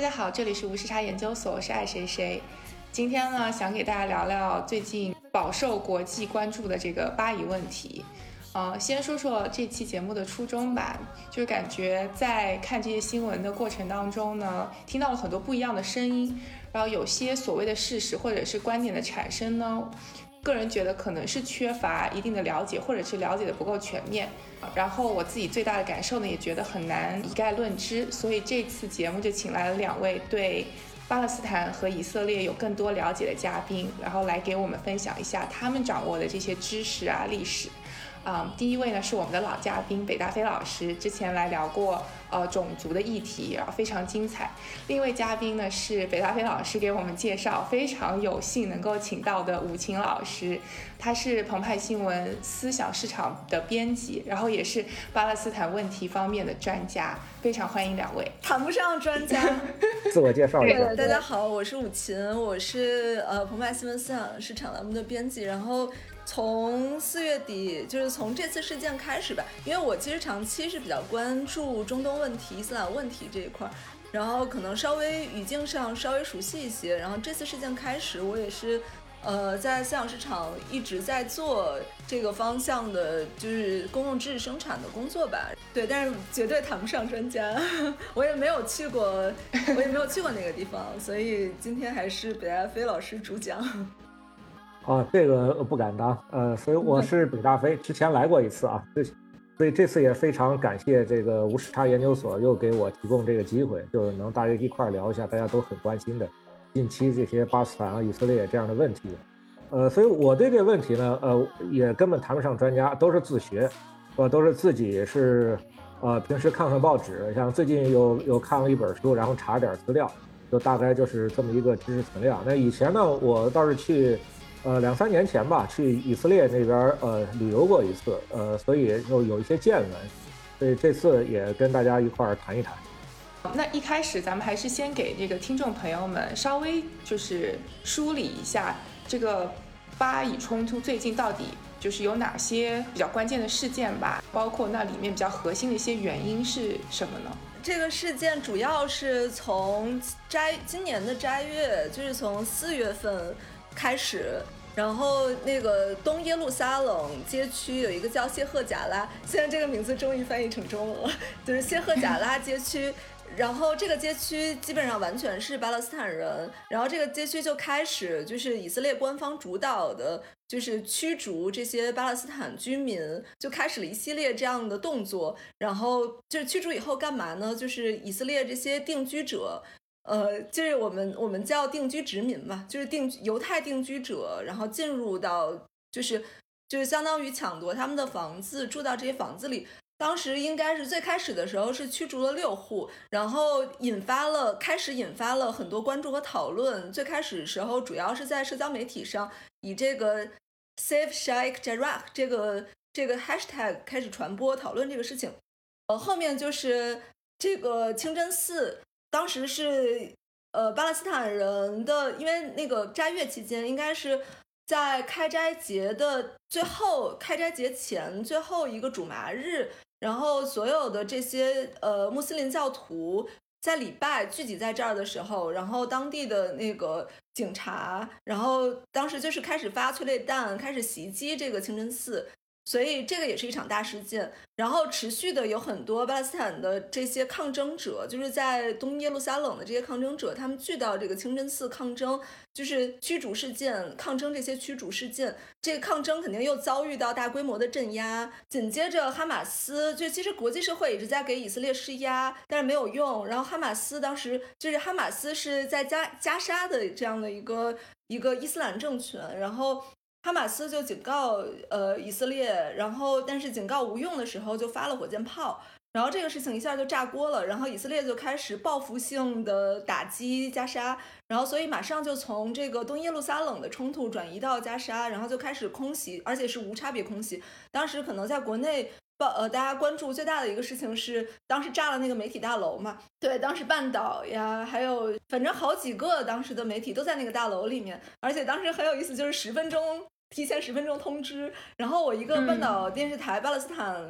家好，这里是无时差研究所，我是爱谁谁。今天呢，想给大家聊聊最近饱受国际关注的这个巴以问题。先说说这期节目的初衷吧，就是感觉在看这些新闻的过程当中呢，听到了很多不一样的声音，然后有些所谓的事实或者是观点的产生呢，个人觉得可能是缺乏一定的了解，或者是了解的不够全面。然后我自己最大的感受呢，也觉得很难一概论之，所以这次节目就请来了2位对巴勒斯坦和以色列有更多了解的嘉宾，然后来给我们分享一下他们掌握的这些知识啊、历史。第一位呢是我们的老嘉宾北大飞老师，之前来聊过种族的议题，然后非常精彩。另一位嘉宾呢是北大飞老师给我们介绍非常有幸能够请到的武琴老师，他是澎湃新闻思想市场的编辑，然后也是巴勒斯坦问题方面的专家，非常欢迎2位。 谈不上专家， 自我介绍一下。 大家好，我是武琴，我是澎湃新闻思想市场栏目的编辑，然后从4月底，就是从这次事件开始吧，因为我其实长期是比较关注中东问题、伊斯兰问题这一块，然后可能稍微语境上稍微熟悉一些，然后这次事件开始，我也是在思想市场一直在做这个方向的，就是公共知识生产的工作吧。对，但是绝对谈不上专家，我也没有去过那个地方，所以今天还是北大飞老师主讲。 这个不敢当，所以我是北大飞，之前来过一次啊，所以这次也非常感谢这个无时差研究所又给我提供这个机会，就是能大家一块聊一下大家都很关心的近期这些巴勒斯坦啊、以色列这样的问题。所以我对这个问题呢，也根本谈不上专家，都是自学，都是自己是平时看看报纸，像最近有看了一本书，然后查点资料，就大概就是这么一个知识存量。那以前呢，我倒是去2-3年前吧，去以色列那边旅游过一次，所以就有一些见闻，所以这次也跟大家一块儿谈一谈。 那一开始咱们还是先给这个听众朋友们稍微就是梳理一下这个巴以冲突最近到底就是有哪些比较关键的事件吧，包括那里面比较核心的一些原因是什么呢？ 这个事件主要是从今年的斋月，就是从4月份开始，然后那个东耶路撒冷街区有一个叫谢赫贾拉，现在这个名字终于翻译成中文了，就是谢赫贾拉街区。然后这个街区基本上完全是巴勒斯坦人，然后这个街区就开始就是以色列官方主导的，就是驱逐这些巴勒斯坦居民，就开始了一系列这样的动作。然后就是驱逐以后干嘛呢？就是以色列这些定居者，就是我们叫定居殖民嘛，就是犹太定居者，然后进入到就是相当于抢夺他们的房子，住到这些房子里。当时应该是最开始的时候是驱逐了6户，然后开始引发了很多关注和讨论。最开始的时候主要是在社交媒体上以这个 Save Sheikh Jarrah 这个 hashtag 开始传播讨论这个事情。后面就是这个清真寺，当时是巴勒斯坦人的，因为那个斋月期间应该是在开斋节的开斋节前最后一个主麻日，然后所有的这些穆斯林教徒在礼拜聚集在这儿的时候，然后当地的那个警察，然后当时就是开始发催泪弹，开始袭击这个清真寺，所以这个也是一场大事件。然后持续的有很多巴勒斯坦的这些抗争者，就是在东耶路撒冷的这些抗争者，他们聚到这个清真寺抗争，就是驱逐事件，抗争这些驱逐事件。这个抗争肯定又遭遇到大规模的镇压，紧接着哈马斯，就其实国际社会一直在给以色列施压，但是没有用。然后哈马斯当时就是哈马斯是在加沙的这样的一个伊斯兰政权，然后哈马斯就警告以色列，然后但是警告无用的时候就发了火箭炮，然后这个事情一下就炸锅了，然后以色列就开始报复性的打击加沙，然后所以马上就从这个东耶路撒冷的冲突转移到加沙，然后就开始空袭，而且是无差别空袭。当时可能在国内大家关注最大的一个事情是当时炸了那个媒体大楼嘛，对，当时半岛呀，还有反正好几个当时的媒体都在那个大楼里面，而且当时很有意思，就是提前10分钟通知，然后我一个半岛电视台巴勒斯坦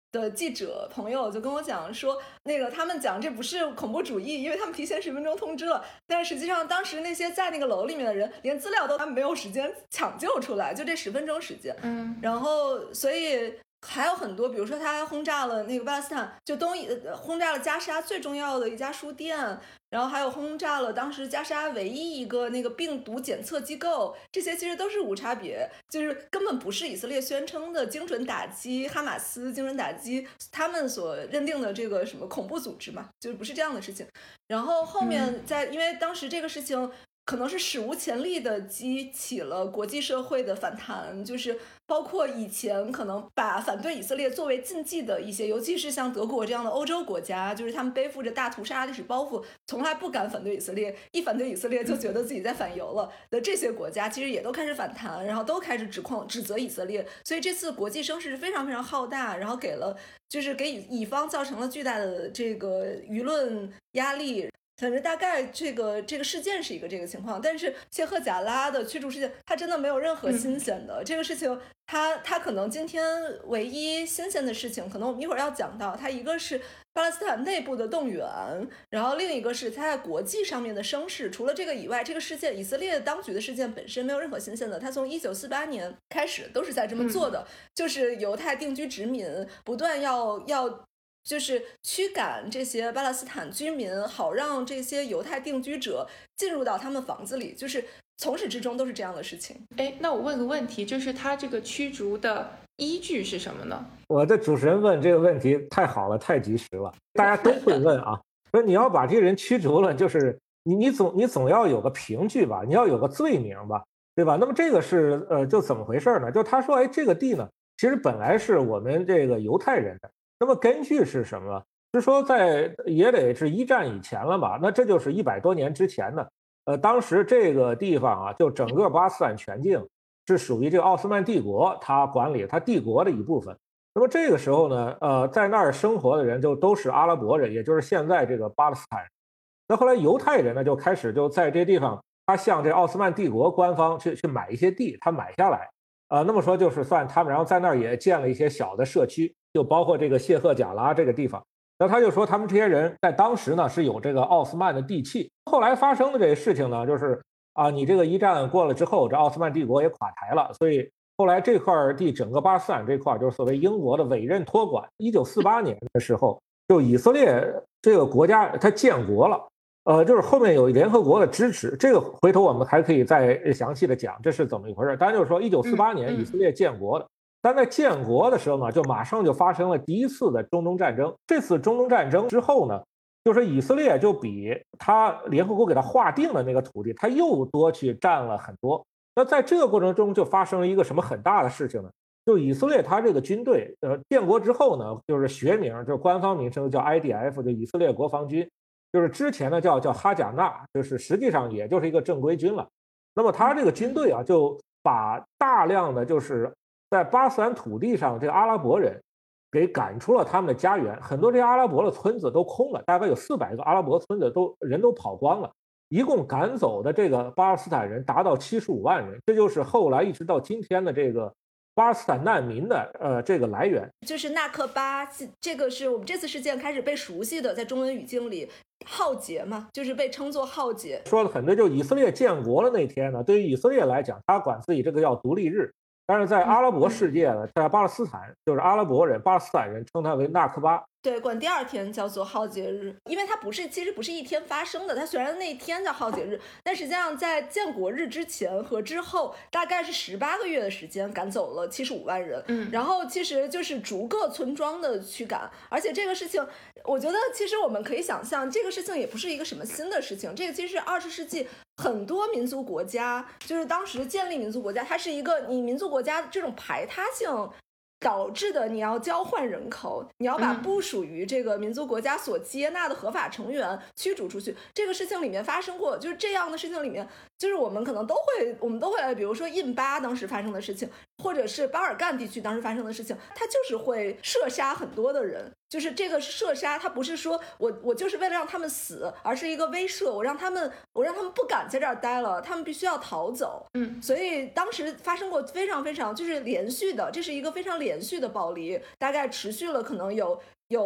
的记者朋友就跟我讲说，那个他们讲这不是恐怖主义，因为他们提前10分钟通知了，但是实际上当时那些在那个楼里面的人连资料都他们没有时间抢救出来，就这10分钟时间。然后所以还有很多，比如说他轰炸了那个巴勒斯坦，就轰炸了加沙最重要的一家书店，然后还有轰炸了当时加沙唯一一个那个病毒检测机构，这些其实都是无差别，就是根本不是以色列宣称的精准打击哈马斯精准打击他们所认定的这个什么恐怖组织嘛，就是不是这样的事情。然后后面因为当时这个事情可能是史无前例的激起了国际社会的反弹，就是包括以前可能把反对以色列作为禁忌的一些，尤其是像德国这样的欧洲国家，就是他们背负着大屠杀历史包袱，从来不敢反对以色列，一反对以色列就觉得自己在反犹了的这些国家，其实也都开始反弹，然后都开始指责以色列。所以这次国际声势是非常非常浩大，然后给乙方造成了巨大的这个舆论压力。反正大概这个事件是一个这个情况，但是谢赫贾拉的驱逐事件，它真的没有任何新鲜的。这个事情，它可能今天唯一新鲜的事情，可能我们一会儿要讲到，它一个是巴勒斯坦内部的动员，然后另一个是它在国际上面的声势。除了这个以外，这个事件以色列当局的事件本身没有任何新鲜的，它从1948年开始都是在这么做的，就是犹太定居殖民不断要就是驱赶这些巴勒斯坦居民，好让这些犹太定居者进入到他们房子里，就是从始至终都是这样的事情。 那我问个问题，就是他这个驱逐的依据是什么呢？ 我的主持人问这个问题太好了，太及时了，大家都会问啊。说你要把这个人驱逐了，就是你总要有个凭据吧，你要有个罪名吧，对吧？那么这个是就怎么回事呢？就他说，这个地呢，其实本来是我们这个犹太人的。那么根据是什么？是说也得是1战以前了吧？那这就是100多年之前呢。当时这个地方啊，就整个巴勒斯坦全境是属于这个奥斯曼帝国它管理，它帝国的一部分。那么这个时候呢，在那儿生活的人就都是阿拉伯人，也就是现在这个巴勒斯坦人。那后来犹太人呢就开始就在这地方，他向这奥斯曼帝国官方去买一些地，他买下来。那么说就是算他们，然后在那儿也建了一些小的社区，就包括这个谢赫贾拉这个地方。那他就说他们这些人在当时呢是有这个奥斯曼的地契。后来发生的这个事情呢，就是你这个1战过了之后，这奥斯曼帝国也垮台了，所以后来这块地整个巴勒斯坦这块就是所谓英国的委任托管。1948年的时候，就以色列这个国家它建国了。就是后面有联合国的支持，这个回头我们还可以再详细的讲这是怎么一回事。当然就是说1948年以色列建国的，但在建国的时候呢，就马上就发生了第一次的中东战争。这次中东战争之后呢，就是以色列就比他联合国给他划定的那个土地，他又多去占了很多。那在这个过程中就发生了一个什么很大的事情呢？就以色列他这个军队，建国之后呢，就是学名，就是官方名称叫 IDF， 就以色列国防军。就是之前呢叫哈贾纳，就是实际上也就是一个正规军了。那么他这个军队啊，就把大量的就是在巴勒斯坦土地上这个阿拉伯人给赶出了他们的家园，很多这些阿拉伯的村子都空了，大概有400个阿拉伯村子人都跑光了。一共赶走的这个巴勒斯坦人达到75万人，这就是后来一直到今天的这个巴勒斯坦难民的这个来源。 就是纳克巴，这个是我们这次事件开始被熟悉的，在中文语境里浩劫嘛，就是被称作浩劫。 说了很多，就以色列建国了那天呢，对于以色列来讲，他管自己这个叫独立日，但是在阿拉伯世界呢，在巴勒斯坦就是阿拉伯人、巴勒斯坦人称它为纳克巴。 对，管第2天叫做浩劫日，因为它其实不是一天发生的。它虽然那一天叫浩劫日，但实际上在建国日之前和之后，大概是18个月的时间赶走了75万人。然后其实就是逐个村庄的驱赶，而且这个事情，我觉得其实我们可以想象，这个事情也不是一个什么新的事情。这个其实是20世纪很多民族国家，就是当时建立民族国家，它是一个你民族国家这种排他性导致的，你要交换人口，你要把不属于这个民族国家所接纳的合法成员驱逐出去。这个事情里面发生过，就是这样的事情里面就是我们可能都会，比如说印巴当时发生的事情，或者是巴尔干地区当时发生的事情，它就是会射杀很多的人。就是这个射杀，它不是说我就是为了让他们死，而是一个威慑，我让他们不敢在这儿待了，他们必须要逃走。所以当时发生过非常非常就是连续的，这是一个非常连续的暴力，大概持续了可能有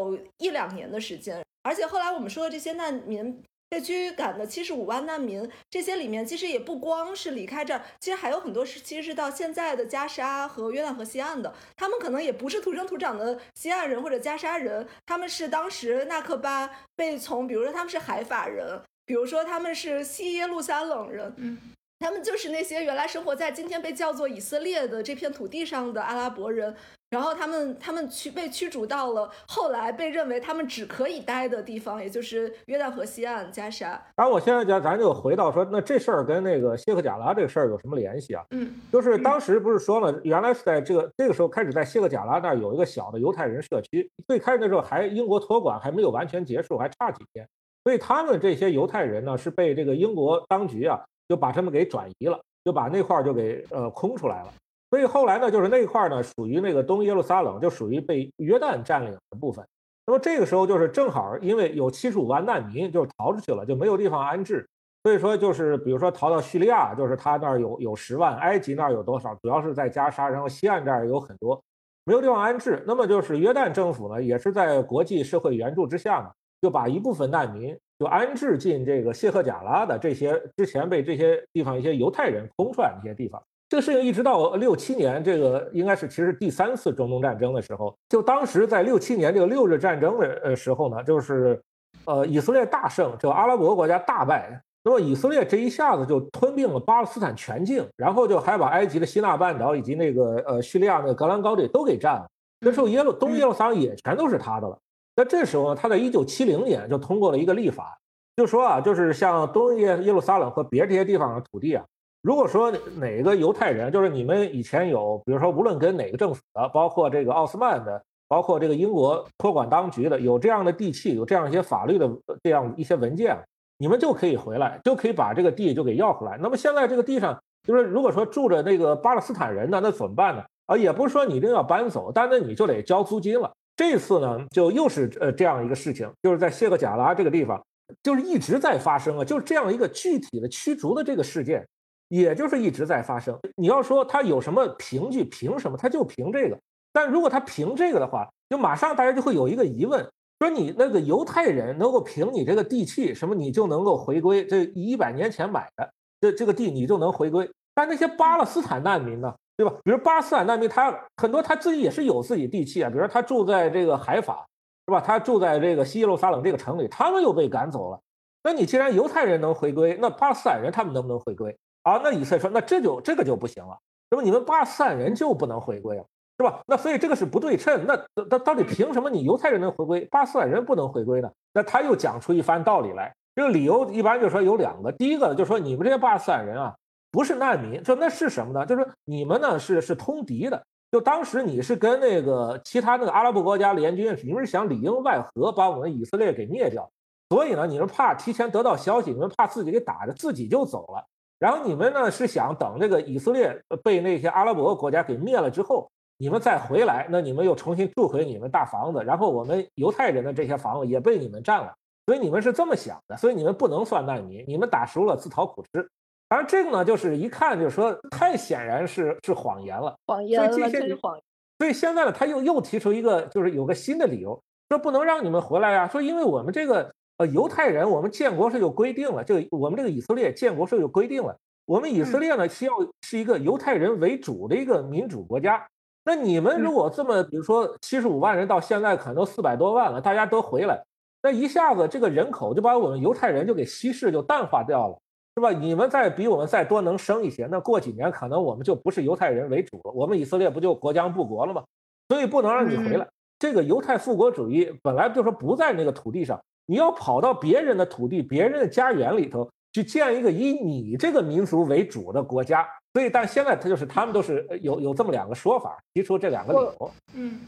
1-2年的时间。而且后来我们说的这些难民被驱赶的75万难民，这些里面其实也不光是离开这儿，其实还有很多其实是到现在的加沙和约旦河西岸的，他们可能也不是土生土长的西岸人或者加沙人，他们是当时纳克巴被从，比如说他们是海法人，比如说他们是西耶路撒冷人，他们就是那些原来生活在今天被叫做以色列的这片土地上的阿拉伯人，然后他们被驱逐到了后来被认为他们只可以待的地方，也就是约旦河西岸加沙。 然后我现在咱就回到说，那这事儿跟那个谢克贾拉这个事儿有什么联系啊？就是当时不是说了，原来是在这个时候开始在谢克贾拉那儿有一个小的犹太人社区，最开始的时候还英国托管还没有完全结束，还差几天，所以他们这些犹太人呢是被这个英国当局啊就把他们给转移了，就把那块就给空出来了。所以后来呢，就是那块呢属于那个东耶路撒冷，就属于被约旦占领的部分。那么这个时候就是正好因为有75万难民就逃出去了，就没有地方安置，所以说就是比如说逃到叙利亚，就是他那儿有10万，埃及那儿有多少，主要是在加沙，然后西岸这儿有很多没有地方安置。那么就是约旦政府呢，也是在国际社会援助之下呢，就把一部分难民就安置进这个谢克贾拉的这些之前被这些地方一些犹太人空出来的一些地方。这个事情一直到67年，这个应该是其实第3次中东战争的时候，就当时在67年这个6日战争的时候呢，就是以色列大胜，这个阿拉伯国家大败，那么以色列这一下子就吞并了巴勒斯坦全境，然后就还把埃及的西奈半岛以及那个叙利亚那个戈兰高地都给占了。那时候东耶路撒冷也全都是他的了。那这时候呢，他在1970年就通过了一个立法，就说啊，就是像东耶路撒冷和别这些地方的土地啊，如果说哪个犹太人，就是你们以前有，比如说无论跟哪个政府的，包括这个奥斯曼的，包括这个英国托管当局的，有这样的地契，有这样一些法律的这样一些文件，你们就可以回来，就可以把这个地就给要回来。那么现在这个地上，就是如果说住着那个巴勒斯坦人呢，那怎么办呢？也不是说你一定要搬走，但那你就得交租金了。这次呢，就又是这样一个事情，就是在谢克贾拉这个地方，就是一直在发生啊，就是这样一个具体的驱逐的这个事件。也就是一直在发生。你要说他有什么凭据，凭什么？他就凭这个。但如果他凭这个的话，就马上大家就会有一个疑问，说你那个犹太人能够凭你这个地契什么，你就能够回归？这100年前买的这个地你就能回归？但那些巴勒斯坦难民呢，对吧？比如巴勒斯坦难民，他很多他自己也是有自己地契啊，比如说他住在这个海法，是吧？他住在这个西耶路撒冷这个城里，他们又被赶走了。那你既然犹太人能回归，那巴勒斯坦人他们能不能回归？那以色列说，那这个就不行了，那么你们巴勒斯坦人就不能回归了，是吧？那所以这个是不对称。那到底凭什么你犹太人能回归，巴勒斯坦人不能回归呢？那他又讲出一番道理来。这个理由一般就说有2个，第一个就是说你们这些巴勒斯坦人啊，不是难民，说那是什么呢？就是说你们呢是通敌的，就当时你是跟那个其他那个阿拉伯国家联军，你们是想里应外合把我们以色列给灭掉，所以呢你们怕提前得到消息，你们怕自己给打着自己就走了。然后你们呢是想等这个以色列被那些阿拉伯国家给灭了之后，你们再回来，那你们又重新住回你们大房子，然后我们犹太人的这些房子也被你们占了，所以你们是这么想的，所以你们不能算难民，你们打熟了自讨苦吃。当然这个呢，就是一看就是说太显然是谎言了， 谎言了，这是谎言。 所以现在呢，他又提出一个，就是有个新的理由，说不能让你们回来呀，说因为我们这个。犹太人，我们建国时有规定了，我们这个以色列建国时有规定了，我们以色列呢是一个犹太人为主的一个民主国家。那你们如果这么，比如说75万人到现在可能都400多万了，大家都回来，那一下子这个人口就把我们犹太人就给稀释，就淡化掉了，是吧？你们比我们再多能生一些，那过几年可能我们就不是犹太人为主了，我们以色列不就国将不国了吗？所以不能让你回来。这个犹太复国主义本来就说不在那个土地上。你要跑到别人的土地、别人的家园里头去建一个以你这个民族为主的国家，所以但现在他们都是有这么2个说法，提出这2个理由。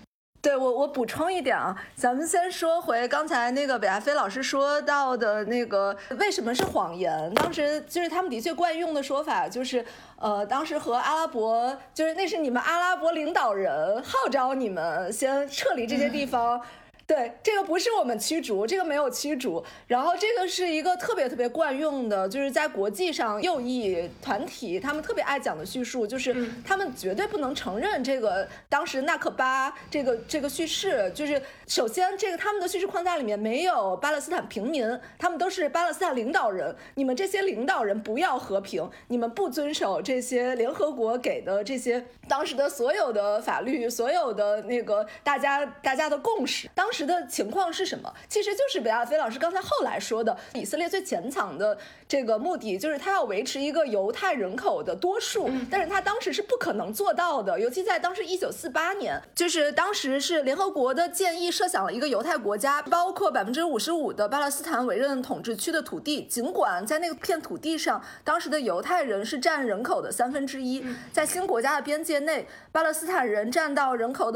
对，我补充一点啊，咱们先说回刚才那个北大飞老师说到的那个为什么是谎言。当时就是他们的确惯用的说法就是，当时和阿拉伯就是那是你们阿拉伯领导人号召你们先撤离这些地方。对，这个不是我们驱逐，这个没有驱逐。然后这个是一个特别特别惯用的，就是在国际上右翼团体他们特别爱讲的叙述，就是他们绝对不能承认这个当时纳克巴这个叙事。就是首先这个他们的叙事框架里面没有巴勒斯坦平民，他们都是巴勒斯坦领导人。你们这些领导人不要和平，你们不遵守这些联合国给的这些当时的所有的法律，所有的那个大家的共识。当时的情况是什么？其实就是北大飞老师刚才后来说的，以色列最潜藏的这个目的就是他要维持一个犹太人口的多数，但是他当时是不可能做到的。尤其在当时1948年，就是当时是联合国的建议设想了一个犹太国家，包括55%的巴勒斯坦委任统治区的土地，尽管在那个片土地上当时的犹太人是占人口的1/3，在新国家的边界内巴勒斯坦人占到人口的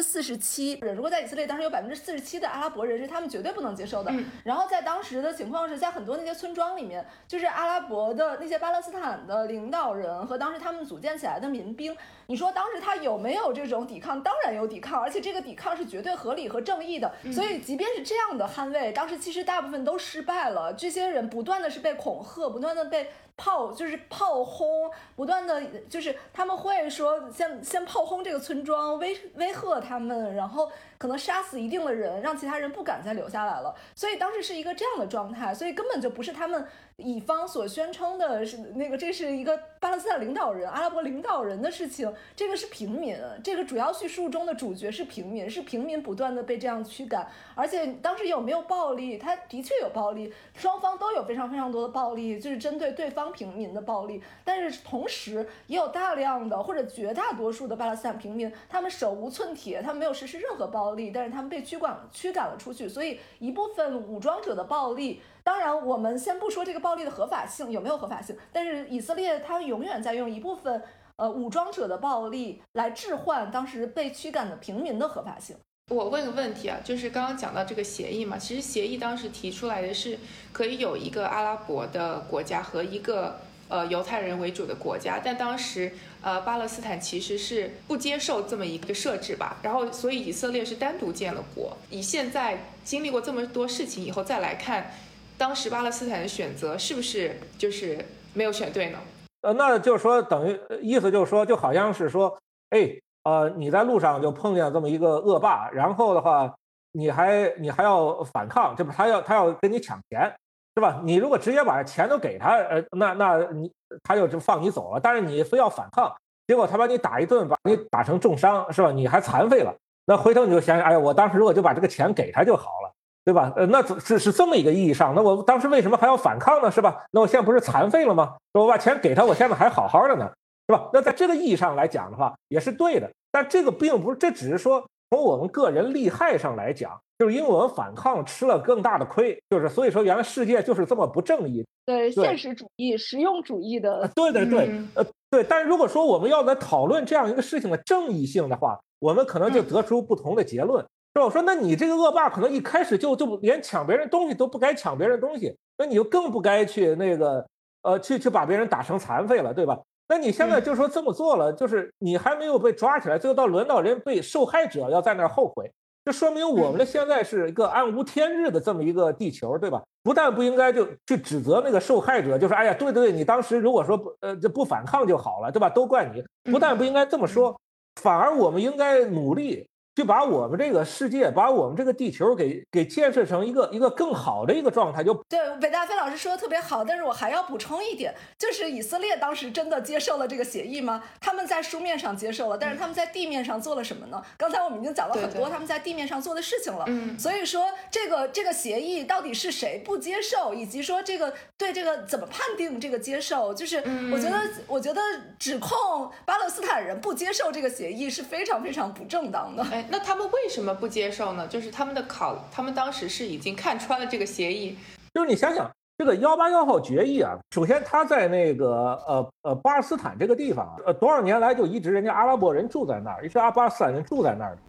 47%。如果在以色列当时有47%的阿拉伯人，是他们绝对不能接受的。然后在当时的情况是，在很多那些村庄里面，就是阿拉伯的那些巴勒斯坦的领导人和当时他们组建起来的民兵，你说当时他有没有这种抵抗？当然有抵抗，而且这个抵抗是绝对合理和正义的。所以即便是这样的捍卫，当时其实大部分都失败了。这些人不断的是被恐吓，不断的被炮轰，不断的就是他们会说先炮轰这个村庄，威吓他们，然后可能杀死一定的人，让其他人不敢再留下来了。所以当时是一个这样的状态，所以根本就不是他们乙方所宣称的是那个这是一个巴勒斯坦领导人、阿拉伯领导人的事情，这个是平民，这个主要叙述中的主角是平民，是平民不断的被这样驱赶。而且当时有没有暴力？他的确有暴力，双方都有非常非常多的暴力，就是针对对方平民的暴力。但是同时也有大量的或者绝大多数的巴勒斯坦平民，他们手无寸铁，他们没有实施任何暴力，但是他们被驱赶了出去。所以一部分武装者的暴力，当然我们先不说这个暴力的合法性有没有合法性，但是以色列他永远在用一部分武装者的暴力来置换当时被驱赶的平民的合法性。 我问个问题啊，就是刚刚讲到这个协议嘛，其实协议当时提出来的是可以有一个阿拉伯的国家和一个犹太人为主的国家，但当时巴勒斯坦其实是不接受这么一个设置吧，然后所以以色列是单独建了国。以现在经历过这么多事情以后再来看，当时巴勒斯坦的选择是不是就是没有选对呢？ 那就是说等于意思就是说，就好像是说，你在路上就碰见这么一个恶霸，然后的话，你还要反抗，这不他要跟你抢钱，是吧？你如果直接把钱都给他，他就放你走了。但是你非要反抗，结果他把你打一顿，把你打成重伤，是吧？你还残废了，那回头你就想想，哎呀，我当时如果就把这个钱给他就好了，对吧？那是这么一个意义上，那我当时为什么还要反抗呢？是吧？那我现在不是残废了吗？我把钱给他，我现在还好好的呢，是吧？那在这个意义上来讲的话，也是对的。但这个并不是，这只是说从我们个人利害上来讲，就是因为我们反抗吃了更大的亏，就是所以说原来世界就是这么不正义。 对，现实主义、实用主义的。 对，对。但是如果说我们要来讨论这样一个事情的正义性的话，我们可能就得出不同的结论。是吧？我说，那你这个恶霸可能一开始就连抢别人东西都不该抢别人东西，那你就更不该去去把别人打成残废了，对吧？那你现在就说这么做了，就是你还没有被抓起来，最后轮到人被受害者要在那儿后悔，这说明我们的现在是一个暗无天日的这么一个地球，对吧？不但不应该就去指责那个受害者，就是哎呀，对，你当时如果说不反抗就好了，对吧？都怪你，不但不应该这么说，反而我们应该努力去把我们这个世界，把我们这个地球给建设成一个更好的一个状态。就对，北大飞老师说的特别好，但是我还要补充一点，就是以色列当时真的接受了这个协议吗？他们在书面上接受了，但是他们在地面上做了什么呢？刚才我们已经讲了很多他们在地面上做的事情了。所以说这个协议到底是谁不接受，以及说对这个怎么判定这个接受，就是我觉得指控巴勒斯坦人不接受这个协议是非常非常不正当的。 那他们为什么不接受呢？就是他们当时是已经看穿了这个协议。 就是你想想这个181号决议啊，首先他在那个巴勒斯坦这个地方多少年来就一直人家阿拉伯人住在那儿，一直巴勒斯坦人住在那儿的。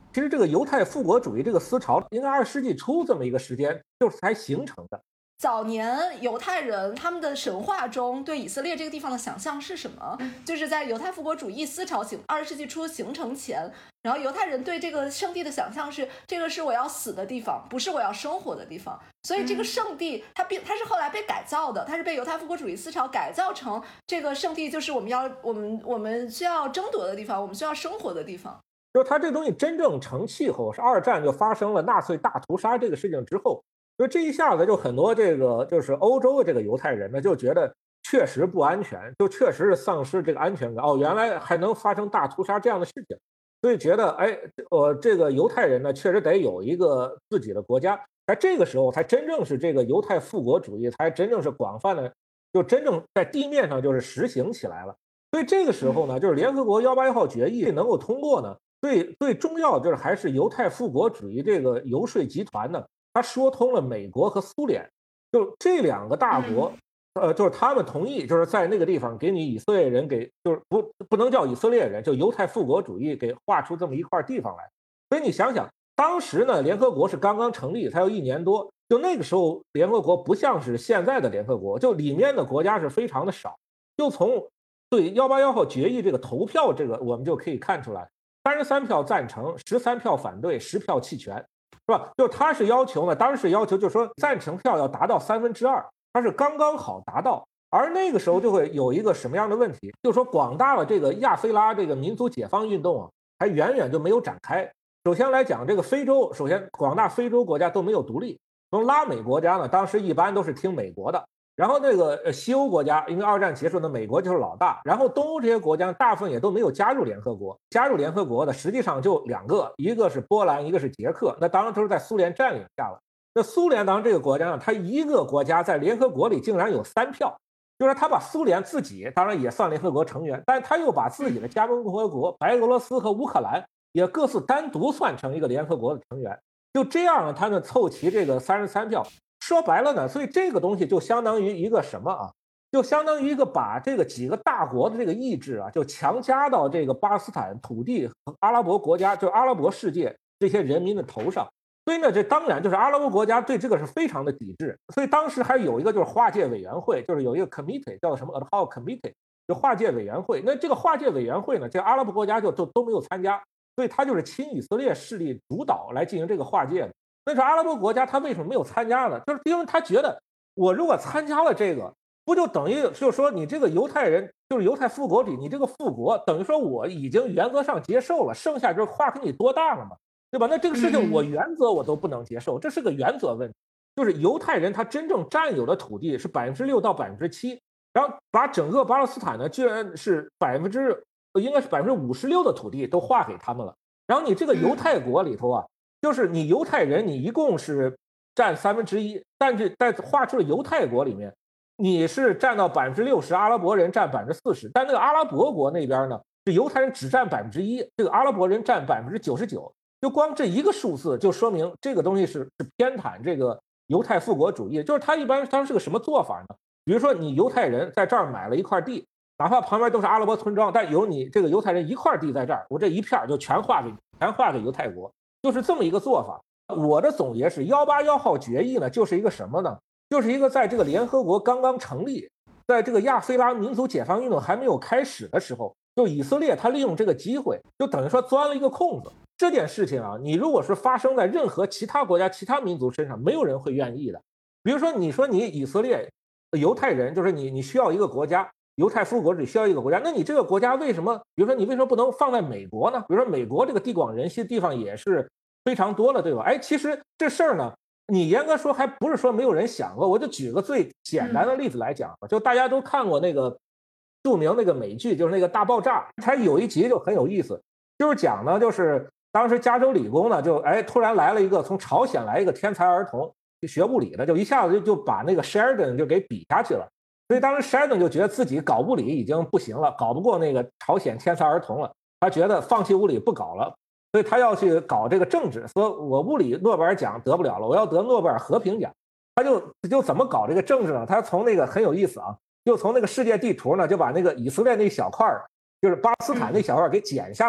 其实这个犹太复国主义这个思潮应该20世纪初这么一个时间就是才形成的。 早年犹太人他们的神话中对以色列这个地方的想象是什么？就是在犹太复国主义思潮20世纪初形成前，然后犹太人对这个圣地的想象是，这个是我要死的地方，不是我要生活的地方。所以这个圣地它是后来被改造的，它是被犹太复国主义思潮改造成这个圣地就是我们需要争夺的地方，我们需要生活的地方。 就是它这东西真正成气候是2战就发生了纳粹大屠杀这个事情之后。所以这一下子就很多这个就是欧洲的这个犹太人呢，就觉得确实不安全，就确实是丧失这个安全感。原来还能发生大屠杀这样的事情，所以觉得这个犹太人呢，确实得有一个自己的国家。在这个时候，才真正是这个犹太复国主义才真正是广泛的，就真正在地面上就是实行起来了。所以这个时候呢，就是联合国181号决议能够通过呢，最重要就是还是犹太复国主义这个游说集团呢。他说通了美国和苏联，就这2个大国，就是他们同意，就是在那个地方给你以色列人就是不能叫以色列人，就犹太复国主义给划出这么一块地方来。所以你想想，当时呢，联合国是刚刚成立，才有1年多，就那个时候联合国不像是现在的联合国，就里面的国家是非常的少。就从对181号决议这个投票，这个我们就可以看出来，33票赞成，13票反对，10票弃权。是吧？就他是要求呢，当时要求就是说赞成票要达到2/3，他是刚刚好达到。而那个时候就会有一个什么样的问题，就是说广大的这个亚非拉这个民族解放运动啊，还远远就没有展开。首先来讲，这个非洲，首先广大非洲国家都没有独立，从拉美国家呢，当时一般都是听美国的。然后那个西欧国家，因为2战结束呢，美国就是老大。然后东欧这些国家大部分也都没有加入联合国，加入联合国的实际上就2个，一个是波兰，一个是捷克。那当然都是在苏联占领下了。那苏联当然这个国家呢，它一个国家在联合国里竟然有3票，就是他把苏联自己当然也算联合国成员，但他又把自己的加盟共和国白俄罗斯和乌克兰也各自单独算成一个联合国的成员。就这样呢，他们凑齐这个33票。说白了呢，所以这个东西就相当于一个什么啊？就相当于一个把这个几个大国的这个意志啊，就强加到这个巴勒斯坦土地和阿拉伯国家，就阿拉伯世界这些人民的头上。所以呢，这当然就是阿拉伯国家对这个是非常的抵制。所以当时还有一个就是划界委员会，就是有一个 committee 叫什么 ad hoc committee， 就划界委员会。那这个划界委员会呢，这个阿拉伯国家就都没有参加，所以他就是亲以色列势力主导来进行这个划界的。但是阿拉伯国家他为什么没有参加呢？就是因为他觉得，我如果参加了这个，不就等于就是说你这个犹太人，就是犹太复国里，你这个复国等于说我已经原则上接受了，剩下就是划给你多大了嘛，对吧？那这个事情我原则我都不能接受，这是个原则问题。就是犹太人他真正占有的土地是6%到7%，然后把整个巴勒斯坦呢，居然是应该是56%的土地都划给他们了。然后你这个犹太国里头啊。就是你犹太人，你一共是占1/3，但是在划出了犹太国里面，你是占到60%，阿拉伯人占40%，但那个阿拉伯国那边呢，这犹太人只占1%，这个阿拉伯人占99%，就光这一个数字就说明这个东西是偏袒这个犹太复国主义。就是他一般他是个什么做法呢？比如说你犹太人在这儿买了一块地，哪怕旁边都是阿拉伯村庄，但有你这个犹太人一块地在这儿，我这一片就全划给犹太国。就是这么一个做法。我的总结是181号决议呢，就是一个什么呢？就是一个在这个联合国刚刚成立，在这个亚非拉民族解放运动还没有开始的时候，就以色列他利用这个机会，就等于说钻了一个空子。这件事情啊，你如果是发生在任何其他国家、其他民族身上，没有人会愿意的。比如说，你说你以色列犹太人，就是你需要一个国家，犹太复国只需要一个国家，那你这个国家为什么？比如说你为什么不能放在美国呢？比如说美国这个地广人稀的地方也是非常多了，对吧？其实这事儿呢，你严格说还不是说没有人想过。我就举个最简单的例子来讲吧，就大家都看过那个著名那个美剧，就是那个大爆炸，它有一集就很有意思，就是讲呢，就是当时加州理工呢，就突然来了一个从朝鲜来一个天才儿童，就学物理的，就一下子就把那个 Sheldon 就给比下去了。所以当时 Sheldon 就觉得自己搞物理已经不行了，搞不过那个朝鲜天才儿童了，他觉得放弃物理不搞了，所以他要去搞这个政治，说我物理诺贝尔奖得不了了，我要得诺贝尔和平奖。他就怎么搞这个政治呢？他从那个很有意思啊，就从那个世界地图呢，就把那个以色列那小块，就是巴勒斯坦那小块给剪下来，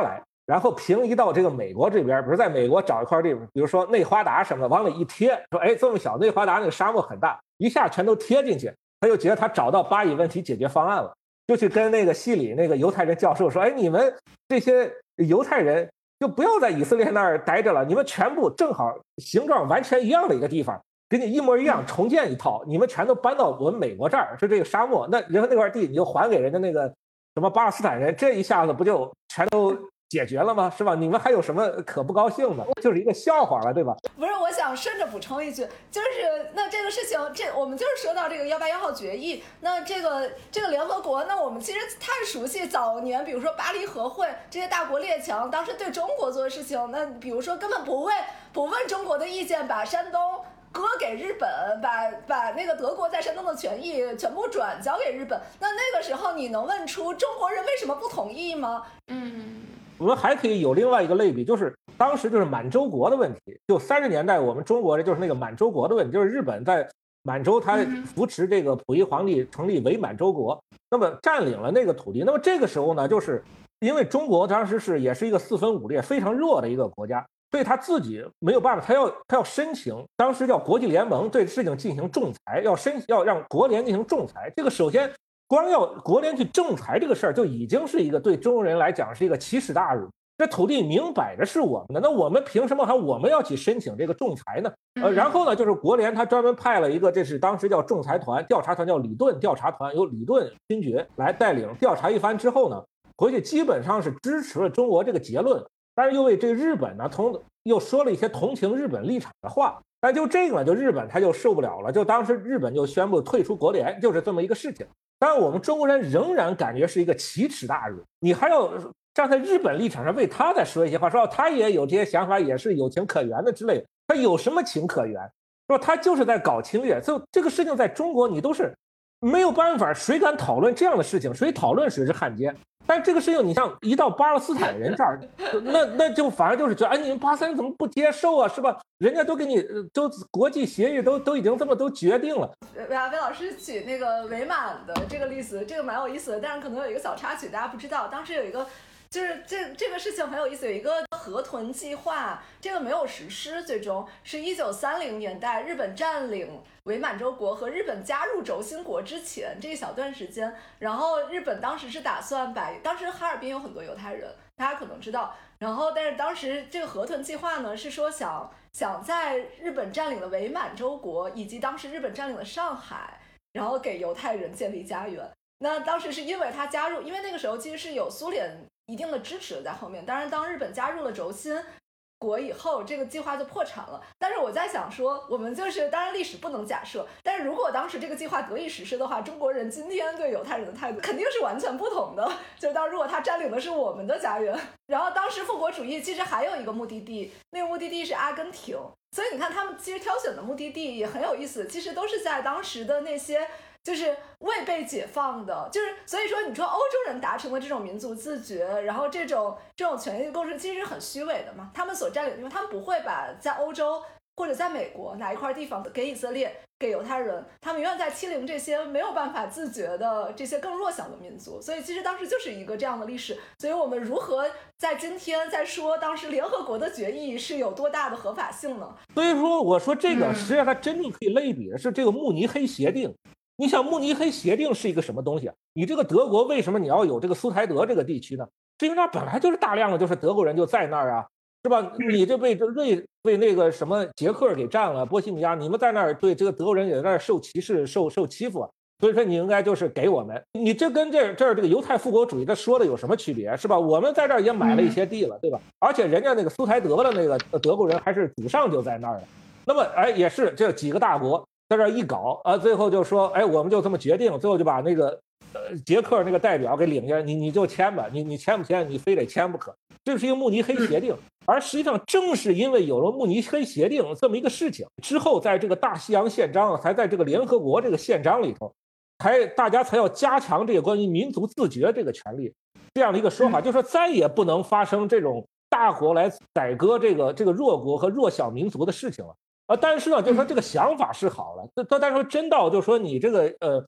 然后平移到这个美国这边，比如在美国找一块地方，比如说内华达什么的，往里一贴，说哎这么小，内华达那个沙漠很大，一下全都贴进去，他就觉得他找到巴以问题解决方案了，就去跟那个西里那个犹太人教授说，哎你们这些犹太人就不要在以色列那儿待着了，你们全部正好形状完全一样的一个地方，给你一模一样重建一套，你们全都搬到我们美国这儿，是这个沙漠，那然后那块地你就还给人家那个什么巴勒斯坦人，这一下子不就全都解决了吗？是吧？你们还有什么可不高兴的？就是一个笑话了，对吧？ 不是，我想顺着补充一句，就是那这个事情，我们就是说到这个181号决议，那这个联合国，那我们其实太熟悉早年，比如说巴黎和会这些大国列强当时对中国做的事情，那比如说根本不问中国的意见，把山东割给日本，把那个德国在山东的权益全部转交给日本，那个时候你能问出中国人为什么不同意吗？ 我们还可以有另外一个类比，就是当时就是满洲国的问题，就30年代我们中国的就是那个满洲国的问题，就是日本在满洲他扶持这个溥仪皇帝成立伪满洲国，那么占领了那个土地，那么这个时候呢，就是因为中国当时也是一个4分5裂非常弱的一个国家，所以他自己没有办法，他要申请，当时叫国际联盟对事情进行仲裁，要让国联进行仲裁。这个首先光要国联去仲裁这个事儿，就已经是一个对中国人来讲是一个奇耻大辱。这土地明摆着是我们的，那我们凭什么我们要去申请这个仲裁呢？然后呢，就是国联他专门派了一个，这是当时叫仲裁团调查团，叫里顿调查团，由里顿勋爵来带领调查一番之后呢，回去基本上是支持了中国这个结论。但是又为这个日本呢又说了一些同情日本立场的话，但就这个呢，就日本他就受不了了，就当时日本就宣布退出国联，就是这么一个事情。但我们中国人仍然感觉是一个奇耻大辱，你还要站在日本立场上为他再说一些话，说他也有这些想法，也是有情可原的之类的，他有什么情可原？说他就是在搞侵略，就这个事情在中国你都是没有办法，谁敢讨论这样的事情？谁讨论谁是汉奸。但这个事情，你像一到巴勒斯坦人这儿，那就反而就是觉得，哎，你们巴斯坦怎么不接受啊？是吧？人家都给你都国际协议都已经这么都决定了。 魏老师举那个伪满的这个例子，这个蛮有意思的，但是可能有一个小插曲，大家不知道，当时有一个。就是这个事情很有意思，有一个河豚计划，这个没有实施，最终是1930年代日本占领伪满洲国和日本加入轴心国之前这一小段时间，然后日本当时是打算当时哈尔滨有很多犹太人，大家可能知道，然后但是当时这个河豚计划呢是说想在日本占领了伪满洲国以及当时日本占领了上海，然后给犹太人建立家园。那当时是因为他加入，因为那个时候其实是有苏联一定的支持在后面，当然当日本加入了轴心国以后，这个计划就破产了。但是我在想说，我们就是当然历史不能假设，但是如果当时这个计划得以实施的话，中国人今天对犹太人的态度肯定是完全不同的，就如果他占领的是我们的家园。然后当时复国主义其实还有一个目的地，那个目的地是阿根廷，所以你看他们其实挑选的目的地也很有意思，其实都是在当时的那些就是未被解放的，就是所以说你说欧洲人达成了这种民族自决，然后这种权益构成其实很虚伪的嘛，他们所占领的地方，他们不会把在欧洲或者在美国哪一块地方给以色列给犹太人，他们永远在欺凌这些没有办法自觉的这些更弱小的民族，所以其实当时就是一个这样的历史。所以我们如何在今天在说当时联合国的决议是有多大的合法性呢？ 所以说我说这个实际上它真正可以类比的是这个慕尼黑协定。你想慕尼黑协定是一个什么东西啊？你这个德国为什么你要有这个苏台德这个地区呢？是因为那本来就是大量的就是德国人就在那儿啊，是吧？你就被那个什么捷克给占了，波西米亚，你们在那儿对这个德国人也在那儿受歧视、受欺负，所以说你应该就是给我们。你这跟这儿这个犹太复国主义他说的有什么区别，是吧？我们在这儿也买了一些地了，对吧？而且人家那个苏台德的那个德国人还是祖上就在那儿的，那么也是这几个大国在这一搞最后就说我们就这么决定，最后就把那个捷克那个代表给领下，你就签吧，你签不签？你非得签不可。这是一个慕尼黑协定，而实际上正是因为有了慕尼黑协定这么一个事情之后，在这个大西洋宪章才在这个联合国这个宪章里头，大家才要加强这个关于民族自决这个权利这样的一个说法，就是说再也不能发生这种大国来宰割这个弱国和弱小民族的事情了。但是呢，就是说这个想法是好了，但是说真到就是说你这个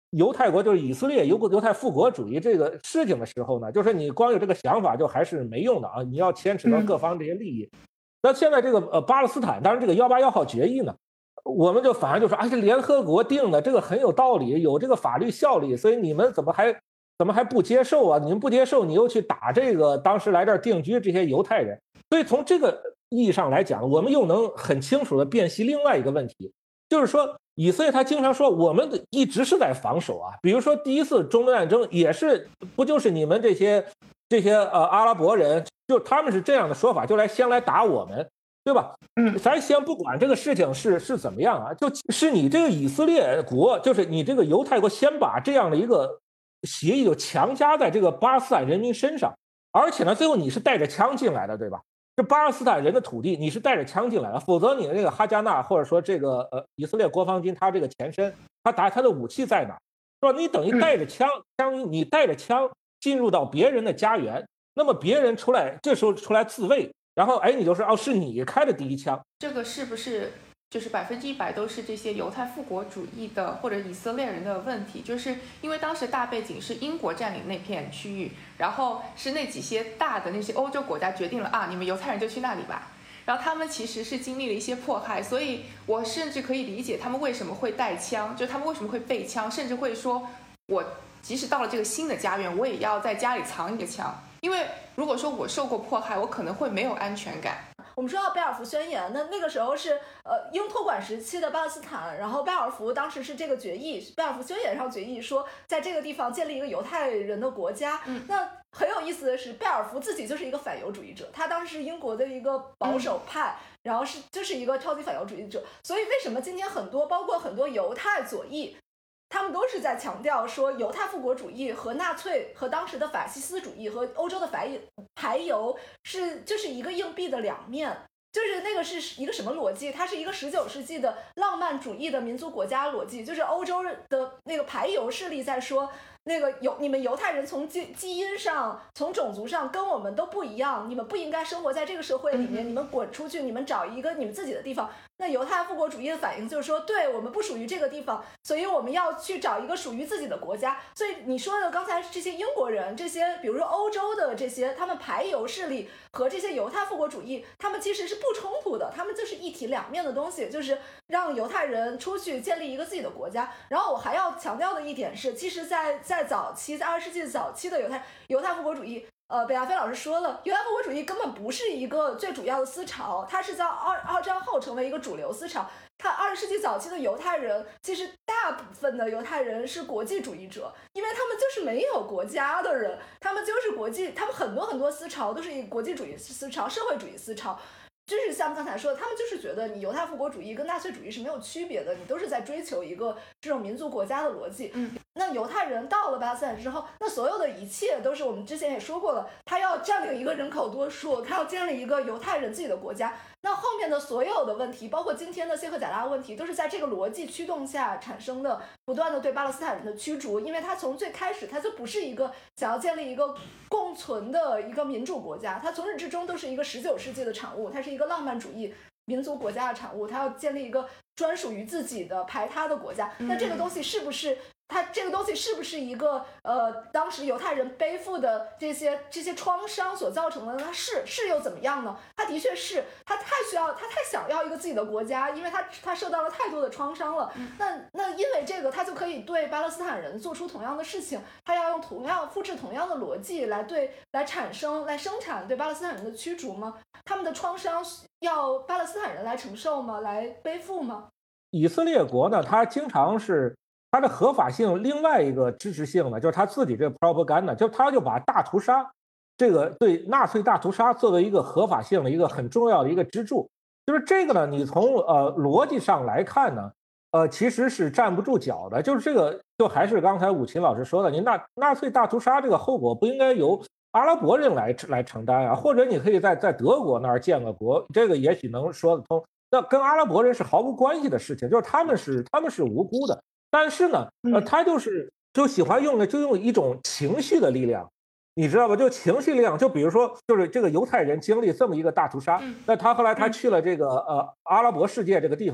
犹太国就是以色列犹太复国主义这个事情的时候呢，就是你光有这个想法就还是没用的啊，你要牵扯到各方这些利益。那现在这个巴勒斯坦，当然这个181号决议呢，我们就反而就说，这联合国定的这个很有道理，有这个法律效力，所以你们怎么还不接受啊？你们不接受，你又去打这个当时来这儿定居这些犹太人。所以从这个意义上来讲，我们又能很清楚地辨析另外一个问题，就是说以色列他经常说我们一直是在防守啊，比如说第一次中东战争也是，不就是你们这些阿拉伯人，就他们是这样的说法，就先来打我们，对吧？咱先不管这个事情是怎么样啊，就是你这个以色列国，就是你这个犹太国，先把这样的一个协议就强加在这个巴勒斯坦人民身上，而且呢，最后你是带着枪进来的，对吧？这巴勒斯坦人的土地你是带着枪进来的，否则你的这个哈加纳或者说这个以色列国防军，他这个前身，他的武器在哪？是吧？你等于带着枪，你带着枪进入到别人的家园，那么别人这时候出来自卫，然后你就说是你开的第一枪， 这个是不是就是100%都是这些犹太复国主义的或者以色列人的问题？就是因为当时大背景是英国占领那片区域，然后是那几些大的那些欧洲国家决定了你们犹太人就去那里吧。然后他们其实是经历了一些迫害，所以我甚至可以理解他们为什么会带枪，就他们为什么会备枪，甚至会说我即使到了这个新的家园，我也要在家里藏一个枪，因为如果说我受过迫害，我可能会没有安全感。 我们说到贝尔福宣言，那个时候是英托管时期的巴勒斯坦，然后贝尔福当时是这个决议，贝尔福宣言上决议说在这个地方建立一个犹太人的国家。那很有意思的是，贝尔福自己就是一个反犹主义者，他当时是英国的一个保守派，然后就是一个超级反犹主义者。所以为什么今天包括很多犹太左翼，他们都是在强调说犹太复国主义和纳粹和当时的法西斯主义和欧洲的排犹就是一个硬币的两面。就是那个是一个什么逻辑？它是一个19世纪的浪漫主义的民族国家逻辑，就是欧洲的那个排犹势力在说，那个你们犹太人从基因上、从种族上跟我们都不一样，你们不应该生活在这个社会里面，你们滚出去，你们找一个你们自己的地方。那犹太复国主义的反应就是说，对，我们不属于这个地方，所以我们要去找一个属于自己的国家。所以你说的刚才这些英国人，这些比如说欧洲的这些他们排犹势力和这些犹太复国主义，他们其实是不冲突的，他们就是一体两面的东西，就是让犹太人出去建立一个自己的国家。然后我还要强调的一点是，其实在早期，在20世纪早期的犹太复国主义，北大飞老师说了，犹太复国主义根本不是一个最主要的思潮，它是在二战后成为一个主流思潮。他20世纪早期的犹太人，其实大部分的犹太人是国际主义者，因为他们就是没有国家的人，他们就是他们很多思潮都是以国际主义思潮、社会主义思潮。就是像刚才说的，他们就是觉得你犹太复国主义跟纳粹主义是没有区别的，你都是在追求一个这种民族国家的逻辑。那犹太人到了巴勒斯坦之后，那所有的一切都是我们之前也说过了，他要占领一个人口多数，他要建立一个犹太人自己的国家。那后面的所有的问题，包括今天的谢赫贾拉问题，都是在这个逻辑驱动下产生的，不断的对巴勒斯坦人的驱逐。因为他从最开始他就不是一个想要建立一个共存的一个民主国家，他从始至终都是一个19世纪的产物，它是一个浪漫主义民族国家的产物，他要建立一个专属于自己的排他的国家。那这个东西是不是一个当时犹太人背负的这些创伤所造成的呢？它是又怎么样呢？它的确是，他太想要一个自己的国家，因为他受到了太多的创伤了。那因为这个，他就可以对巴勒斯坦人做出同样的事情，他要用复制同样的逻辑来生产对巴勒斯坦人的驱逐吗？他们的创伤要巴勒斯坦人来承受吗？来背负吗？ 以色列国呢，它经常是它的合法性，另外一个支持性呢，就是他自己这个 propaganda， 他就把大屠杀这个对纳粹大屠杀作为一个合法性的一个很重要的一个支柱。就是这个呢，你从逻辑上来看呢，其实是站不住脚的。就是这个，就还是刚才武琴老师说的，你纳粹大屠杀这个后果不应该由阿拉伯人来承担啊，或者你可以在德国那儿建个国，这个也许能说得通。那跟阿拉伯人是毫无关系的事情，就是他们是无辜的。但是呢，他就喜欢用一种情绪的力量，你知道吧？就情绪力量，就比如说，就是这个犹太人经历这么一个大屠杀，那他后来他去了这个阿拉伯世界这个地方，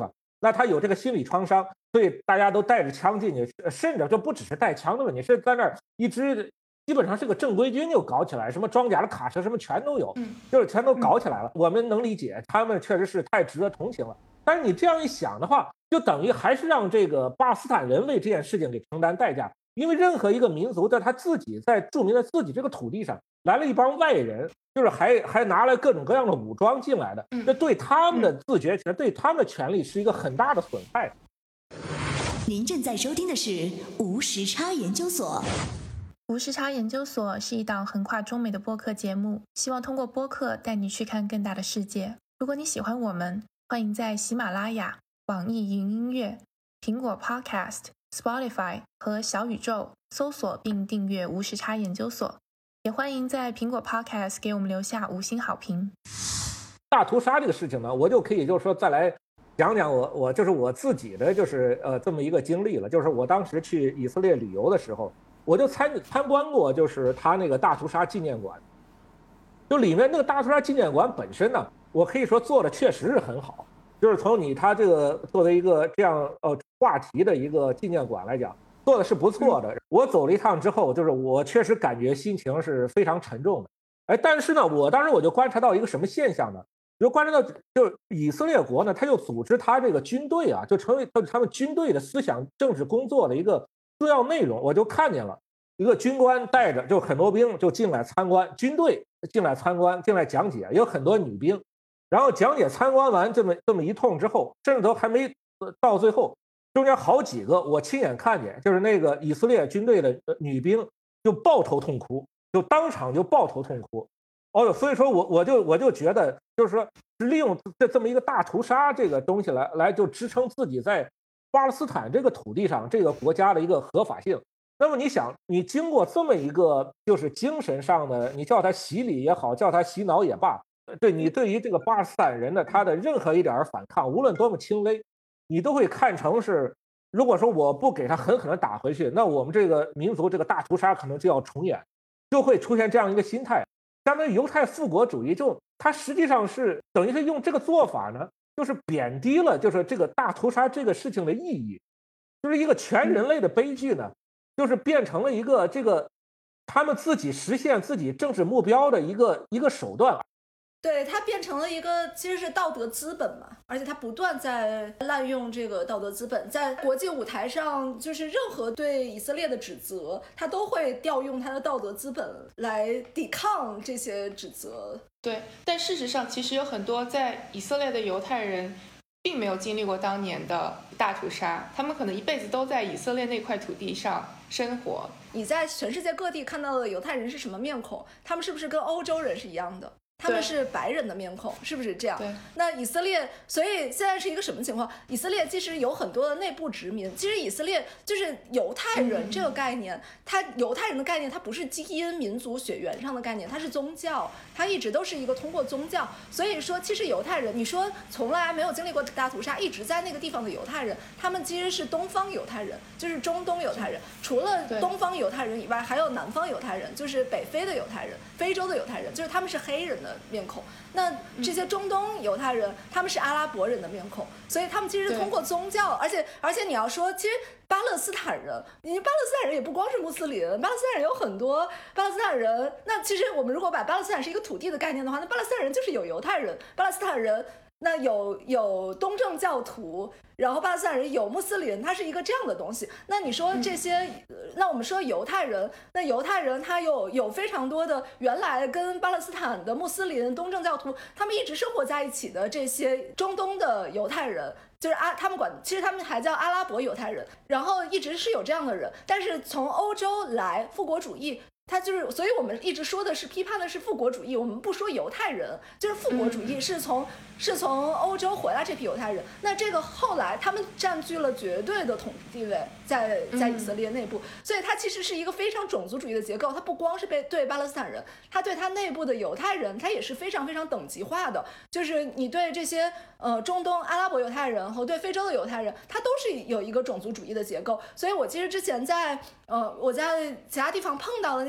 那他有这个心理创伤，所以大家都带着枪进去，甚至就不只是带枪的问题，是在那儿一支基本上是个正规军就搞起来，什么装甲的卡车什么全都有，就是全都搞起来了。我们能理解，他们确实是太值得同情了。但是你这样一想的话，就等于还是让这个巴勒斯坦人为这件事情给承担代价，因为任何一个民族在他自己在著名的自己这个土地上来了一帮外人，就是还拿来各种各样的武装进来的，这对他们的自决权、对他们的权利是一个很大的损害。 您正在收听的是无时差研究所。 无时差研究所是一档横跨中美的播客节目，希望通过播客带你去看更大的世界。如果你喜欢我们，欢迎在喜马拉雅、网易云音乐、苹果 Podcast、Spotify 和小宇宙搜索并订阅无时差研究所，也欢迎在苹果 Podcast 给我们留下5星好评。 大屠杀这个事情呢，我就可以就是说再来讲讲我就是我自己的就是这么一个经历了。就是我当时去以色列旅游的时候，我就参观过就是他那个大屠杀纪念馆，就里面那个大屠杀纪念馆本身呢，我可以说做的确实是很好，就是从他这个作为一个这样话题的一个纪念馆来讲，做的是不错的。我走了一趟之后，就是我确实感觉心情是非常沉重的。但是呢，我当时就观察到一个什么现象呢？就观察到，就是以色列国呢，他就组织他这个军队啊，就成为他们军队的思想政治工作的一个重要内容。我就看见了一个军官带着就很多兵就进来参观，军队进来参观，进来讲解，有很多女兵。然后讲解参观完这么一通之后，甚至都还没到最后，中间好几个我亲眼看见，就是那个以色列军队的女兵就抱头痛哭，就当场就抱头痛哭。所以说我就觉得，就是说是利用这么一个大屠杀这个东西来就支撑自己在巴勒斯坦这个土地上这个国家的一个合法性。那么你想，你经过这么一个就是精神上的，你叫他洗礼也好，叫他洗脑也罢，对你对于这个巴勒斯坦人的他的任何一点反抗，无论多么轻微，你都会看成是，如果说我不给他狠狠的打回去，那我们这个民族这个大屠杀可能就要重演，就会出现这样一个心态。相当于犹太复国主义，就它实际上是等于是用这个做法呢，就是贬低了就是这个大屠杀这个事情的意义，就是一个全人类的悲剧呢，就是变成了一个这个他们自己实现自己政治目标的一个手段。 对，它变成了一个其实是道德资本嘛，而且它不断在滥用这个道德资本，在国际舞台上，就是任何对以色列的指责，它都会调用它的道德资本来抵抗这些指责。 对，但事实上，其实有很多在以色列的犹太人并没有经历过当年的大屠杀，他们可能一辈子都在以色列那块土地上生活。 你在全世界各地看到的犹太人是什么面孔？他们是不是跟欧洲人是一样的？他们是白人的面孔，是不是这样？那以色列，所以现在是一个什么情况？以色列其实有很多的内部殖民。其实以色列就是犹太人这个概念，它犹太人的概念，它不是基因、民族、血缘上的概念，它是宗教，它一直都是一个通过宗教。所以说，其实犹太人，你说从来没有经历过大屠杀，一直在那个地方的犹太人，他们其实是东方犹太人，就是中东犹太人。除了东方犹太人以外，还有南方犹太人，就是北非的犹太人、非洲的犹太人，就是他们是黑人的面孔。那这些中东犹太人，他们是阿拉伯人的面孔，所以他们其实通过宗教，而且你要说，其实巴勒斯坦人，巴勒斯坦人也不光是穆斯林，巴勒斯坦人有很多巴勒斯坦人。那其实我们如果把巴勒斯坦是一个土地的概念的话，那巴勒斯坦人就是有犹太人，巴勒斯坦人那有东正教徒，然后巴勒斯坦人有穆斯林，它是一个这样的东西。那你说这些，那我们说犹太人，那犹太人他有非常多的原来跟巴勒斯坦的穆斯林、东正教徒他们一直生活在一起的这些中东的犹太人，就是他们其实他们还叫阿拉伯犹太人，然后一直是有这样的人。但是从欧洲来复国主义，他就是，所以我们一直说的是批判的是复国主义，我们不说犹太人，就是复国主义是从欧洲回来这批犹太人。那这个后来他们占据了绝对的统治地位，在以色列内部，所以它其实是一个非常种族主义的结构。它不光是对巴勒斯坦人，它对它内部的犹太人，它也是非常非常等级化的。就是你对这些中东阿拉伯犹太人和对非洲的犹太人，它都是有一个种族主义的结构。所以我其实之前我在其他地方碰到的那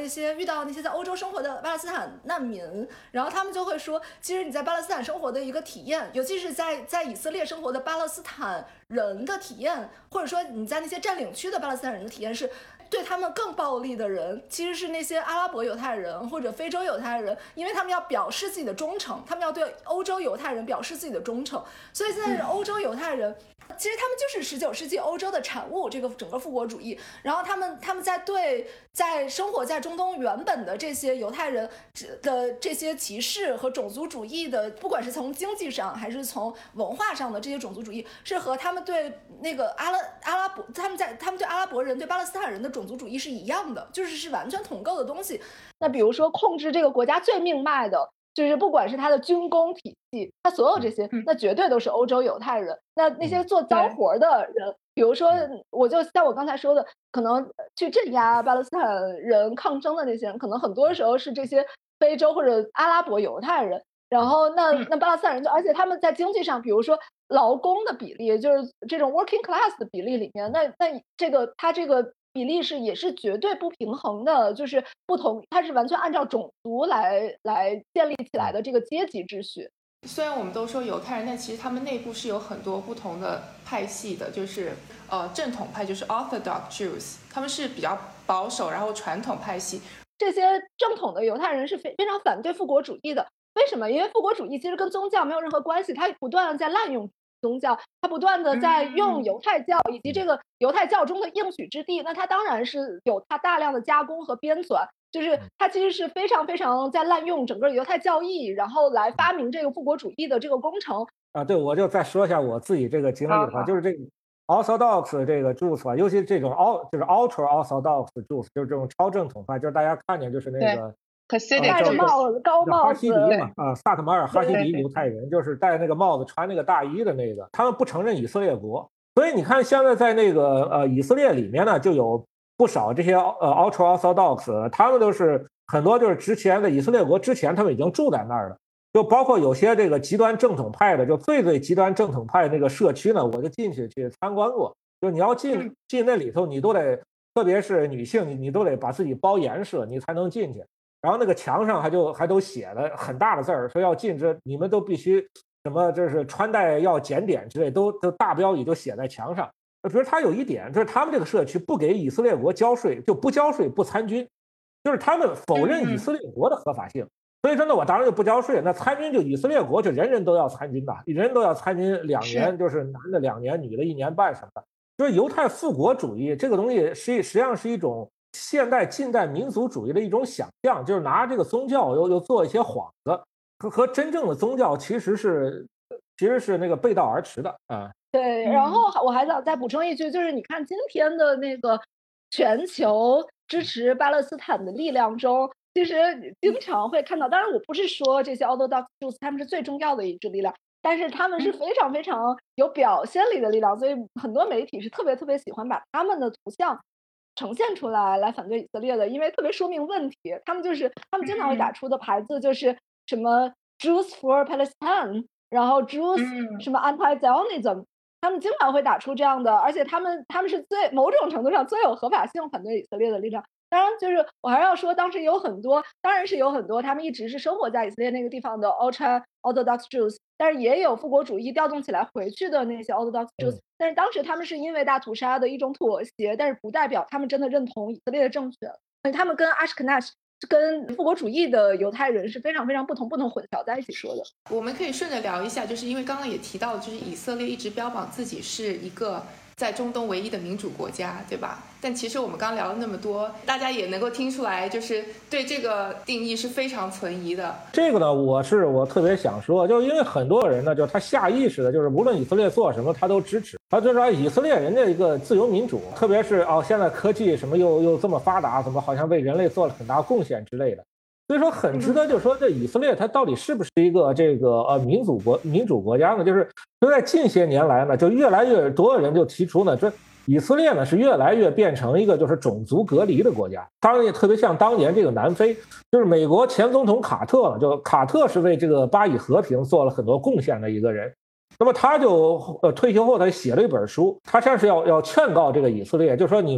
那些在欧洲生活的巴勒斯坦难民，然后他们就会说，其实你在巴勒斯坦生活的一个体验，尤其是在以色列生活的巴勒斯坦人的体验，或者说你在那些占领区的巴勒斯坦人的体验是。对他们更暴力的人其实是那些阿拉伯犹太人或者非洲犹太人，因为他们要表示自己的忠诚，他们要对欧洲犹太人表示自己的忠诚，所以现在是欧洲犹太人其实他们就是19世纪欧洲的产物，这个整个复国主义，然后他们在生活在中东原本的这些犹太人的这些歧视和种族主义的，不管是从经济上还是从文化上的这些种族主义，是和他们对那个阿拉伯他们对阿拉伯人对巴勒斯坦人的种族主义是一样的，是完全统购的东西。那比如说控制这个国家最命脉的，就是不管是他的军工体系，他所有这些，那绝对都是欧洲犹太人。那些做脏活的人，比如说，我就像我刚才说的，可能去镇压巴勒斯坦人抗争的那些人，可能很多时候是这些非洲或者阿拉伯犹太人。然后那巴勒斯坦人而且他们在经济上，比如说劳工的比例，就是这种 working class 的比例里面，那他这个比例也是绝对不平衡的，就是不同，它是完全按照种族来建立起来的这个阶级秩序。 虽然我们都说犹太人，但其实他们内部是有很多不同的派系的，就是正统派就是 Orthodox Jews， 他们是比较保守，然后传统派系。 这些正统的犹太人是非常反对复国主义的。为什么？因为复国主义其实跟宗教没有任何关系，它不断的在滥用宗教，它不断的在用犹太教以及这个犹太教中的应许之地，那它当然是有它大量的加工和编纂，就是它其实是非常非常在滥用整个犹太教义，然后来发明这个复国主义的这个工程。 对，我就再说一下我自己这个经历的话，就是这个 Orthodox 这个 Jews 吧，尤其这种就是 Ultra Orthodox Jews， 就是这种超正统派，就是大家看见就是那个。 戴着帽子，高帽子， 哈西迪嘛，萨特马尔哈西迪犹太人，就是戴那个帽子、穿那个大衣的那个，他们不承认以色列国，所以你看，现在在那个以色列里面呢，就有不少这些Ultra Orthodox， 他们都是很多就是之前的以色列国之前他们已经住在那儿了，就包括有些这个极端正统派的，就最极端正统派那个社区呢，我就进去参观过，就你要进那里头，你都得，特别是女性，你都得把自己包严实，你才能进去。然后那个墙上还都写了很大的字儿，说要禁止你们都必须什么，就是穿戴要检点之类，都大标语都写在墙上。比如他有一点就是他们这个社区不给以色列国交税，就不交税不参军，就是他们否认以色列国的合法性。所以说呢，我当然就不交税，那参军就以色列国就人人都要参军的，人都要参军2年，就是男的2年，女的1年半什么的。就是犹太复国主义这个东西实际上是一种现代近代民族主义的一种想象，就是拿这个宗教又做一些幌子，和真正的宗教其实是那个背道而驰的啊。 对，然后我还想再补充一句，就是你看今天的那个全球支持巴勒斯坦的力量中，其实经常会看到，当然我不是说这些 Orthodox Jews 他们是最重要的一支力量，但是他们是非常非常有表现力的力量，所以很多媒体是特别特别喜欢把他们的图像呈现出来反对以色列的，因为特别说明问题。他们经常会打出的牌子就是什么 Jews for Palestine， 然后 Jews 什么 anti-Zionism， 他们经常会打出这样的，而且他们是某种程度上最有合法性反对以色列的力量。当然，就是我还是要说，当然是有很多他们一直是生活在以色列那个地方的 Ultra Orthodox Jews， 但是也有复国主义调动起来回去的那些 Orthodox Jews， 但是当时他们是因为大屠杀的一种妥协，但是不代表他们真的认同以色列的政权，所以他们跟 Ashkenaz 跟复国主义的犹太人是非常非常不同混淆在一起说的。 我们可以顺着聊一下，就是因为刚刚也提到，就是以色列一直标榜自己是一个在中东唯一的民主国家，对吧？但其实我们刚聊了那么多，大家也能够听出来，就是对这个定义是非常存疑的。 这个呢，我特别想说，就是因为很多人呢，就他下意识的，就是无论以色列做什么，他都支持。他就说以色列人家一个自由民主，特别是现在科技什么又这么发达，怎么好像为人类做了很大贡献之类的。所以说很值得就说这以色列它到底是不是一个这个民主国家呢？就在近些年来呢，就越来越多的人就提出呢，这以色列呢是越来越变成一个就是种族隔离的国家。当然也特别像当年这个南非，就是美国前总统卡特，就卡特是为这个巴以和平做了很多贡献的一个人。那么他就退休后他写了一本书，他像是要劝告这个以色列，就说你们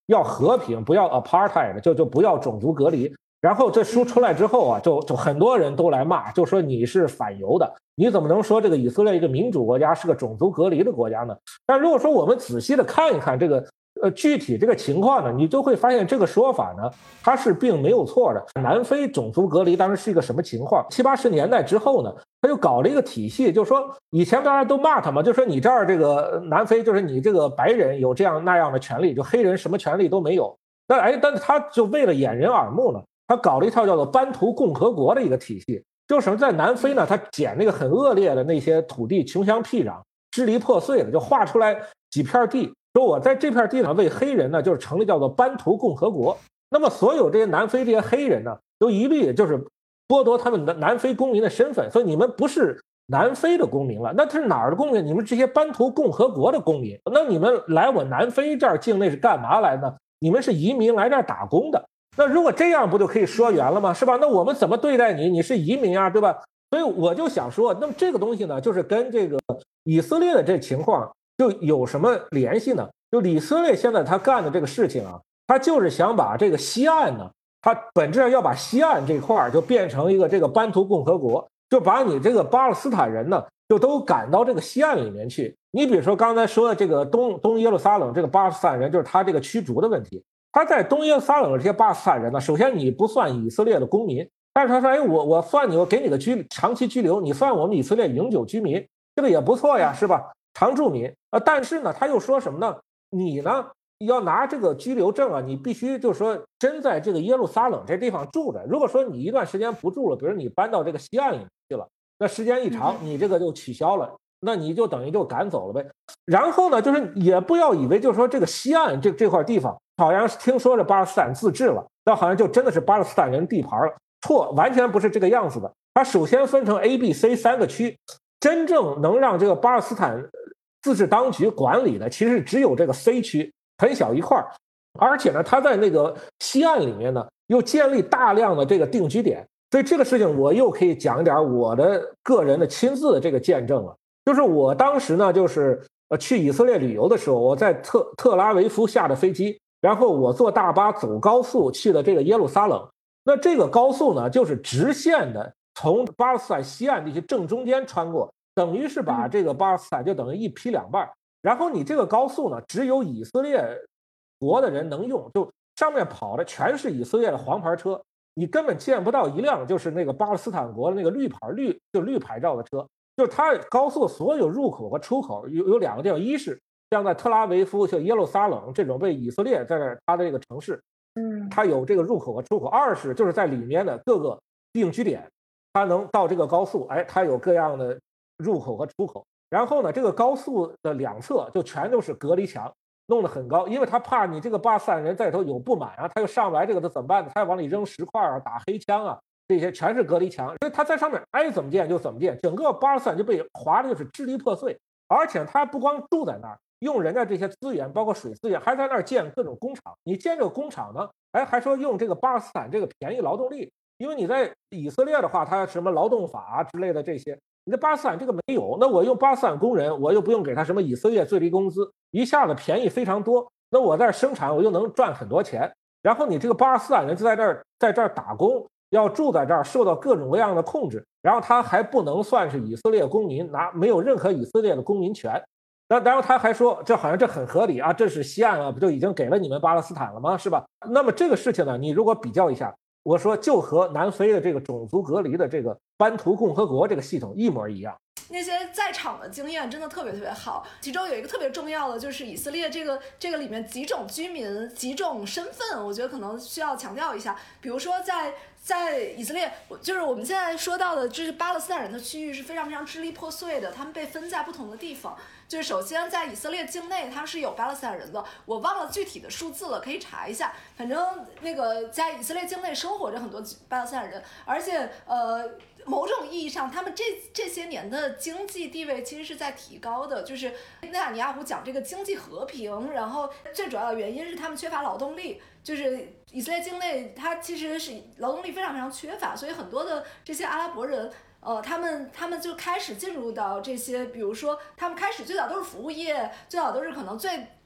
要和平，不要 apartheid，就不要种族隔离。然后这书出来之后啊，就很多人都来骂，就说你是反犹的，你怎么能说这个以色列一个民主国家是个种族隔离的国家呢？但如果说我们仔细的看一看这个具体这个情况呢，你就会发现这个说法呢，它是并没有错的。南非种族隔离当时是一个什么情况？70、80年代之后呢，他就搞了一个体系，就是说以前大家都骂他嘛，就说你这儿这个南非就是你这个白人有这样那样的权利，就黑人什么权利都没有。但是他就为了掩人耳目呢，他搞了一套叫做班图共和国的一个体系，就是什么在南非呢，他捡那个很恶劣的那些土地，穷乡僻壤、支离破碎的，就划出来几片地，说我在这片地上为黑人呢，就是成立叫做班图共和国。那么所有这些南非这些黑人呢，都一律就是剥夺他们的南非公民的身份，所以你们不是南非的公民了，那他是哪儿的公民？你们这些班图共和国的公民，那你们来我南非这儿境内是干嘛来呢？你们是移民来这儿打工的。那如果这样不就可以说圆了吗？是吧？那我们怎么对待你？你是移民啊，对吧？所以我就想说，那么这个东西呢，就是跟这个以色列的这情况就有什么联系呢？就以色列现在他干的这个事情啊，他就是想把这个西岸呢，他本质上要把西岸这块就变成一个这个班图共和国，就把你这个巴勒斯坦人呢，就都赶到这个西岸里面去。你比如说刚才说的这个东耶路撒冷这个巴勒斯坦人，就是他这个驱逐的问题。他在东耶路撒冷的这些巴勒斯坦人呢，首先你不算以色列的公民，但是他说，哎，我算你，我给你个长期居留，你算我们以色列永久居民，这个也不错呀，是吧？常住民。但是呢，他又说什么呢？你呢要拿这个居留证啊，你必须就是说真在这个耶路撒冷这地方住着。如果说你一段时间不住了，比如你搬到这个西岸里去了，那时间一长，你这个就取消了，那你就等于就赶走了呗。然后呢，就是也不要以为就是说这个西岸这块地方。好像听说这巴勒斯坦自治了，那好像就真的是巴勒斯坦人地盘了。错，完全不是这个样子的。它首先分成 A、B、C 3个区，真正能让这个巴勒斯坦自治当局管理的，其实只有这个 C 区，很小一块。而且呢，它在那个西岸里面呢，又建立大量的这个定居点。所以这个事情我又可以讲一点我的个人的亲自的这个见证了。就是我当时呢，就是去以色列旅游的时候，我在特拉维夫下的飞机。然后我坐大巴走高速去了这个耶路撒冷，那这个高速呢，就是直线的从巴勒斯坦西岸地区正中间穿过，等于是把这个巴勒斯坦就等于一劈两半。然后你这个高速呢，只有以色列国的人能用，就上面跑的全是以色列的黄牌车，你根本见不到一辆就是那个巴勒斯坦国的那个绿牌照的车。就是它高速所有入口和出口有两个地方，一是像在特拉维夫、像耶路撒冷这种被以色列在它的这个城市，它有这个入口和出口；二是就是在里面的各个定居点，它能到这个高速，哎，它有各样的入口和出口。然后呢，这个高速的两侧就全都是隔离墙，弄得很高，因为他怕你这个巴勒斯坦人在里头有不满啊，他又上不来这个他怎么办呢？他往里扔石块啊，打黑枪啊，这些全是隔离墙，所以他在上面爱怎么建就怎么建，整个巴勒斯坦就被划的就是支离破碎。而且他不光住在那儿。用人家这些资源，包括水资源，还在那儿建各种工厂。你建这个工厂呢，还说用这个巴勒斯坦这个便宜劳动力，因为你在以色列的话，它什么劳动法啊之类的这些，你在巴勒斯坦这个没有。那我用巴勒斯坦工人，我又不用给他什么以色列最低工资，一下子便宜非常多。那我在生产，我又能赚很多钱。然后你这个巴勒斯坦人就在这儿打工，要住在这儿，受到各种各样的控制。然后他还不能算是以色列公民，没有任何以色列的公民权。然后他还说，这好像这很合理啊，这是西岸啊，不就已经给了你们巴勒斯坦了吗？是吧？那么这个事情呢，你如果比较一下，我说就和南非的这个种族隔离的这个班图共和国这个系统一模一样。 那些在场的经验真的特别特别好，其中有一个特别重要的就是以色列这个里面几种居民几种身份，我觉得可能需要强调一下。比如说在以色列，就是我们现在说到的，就是巴勒斯坦人的区域是非常非常支离破碎的，他们被分在不同的地方。就是首先在以色列境内，他们是有巴勒斯坦人的，我忘了具体的数字了，可以查一下。反正那个在以色列境内生活着很多巴勒斯坦人，而且某种意义上，他们这些年的经济地位其实是在提高的。就是内塔尼亚胡讲这个经济和平，然后最主要的原因是他们缺乏劳动力，就是以色列境内它其实是劳动力非常非常缺乏，所以很多的这些阿拉伯人。他们就开始进入到这些，比如说他们开始最早都是服务业，最早都是可能最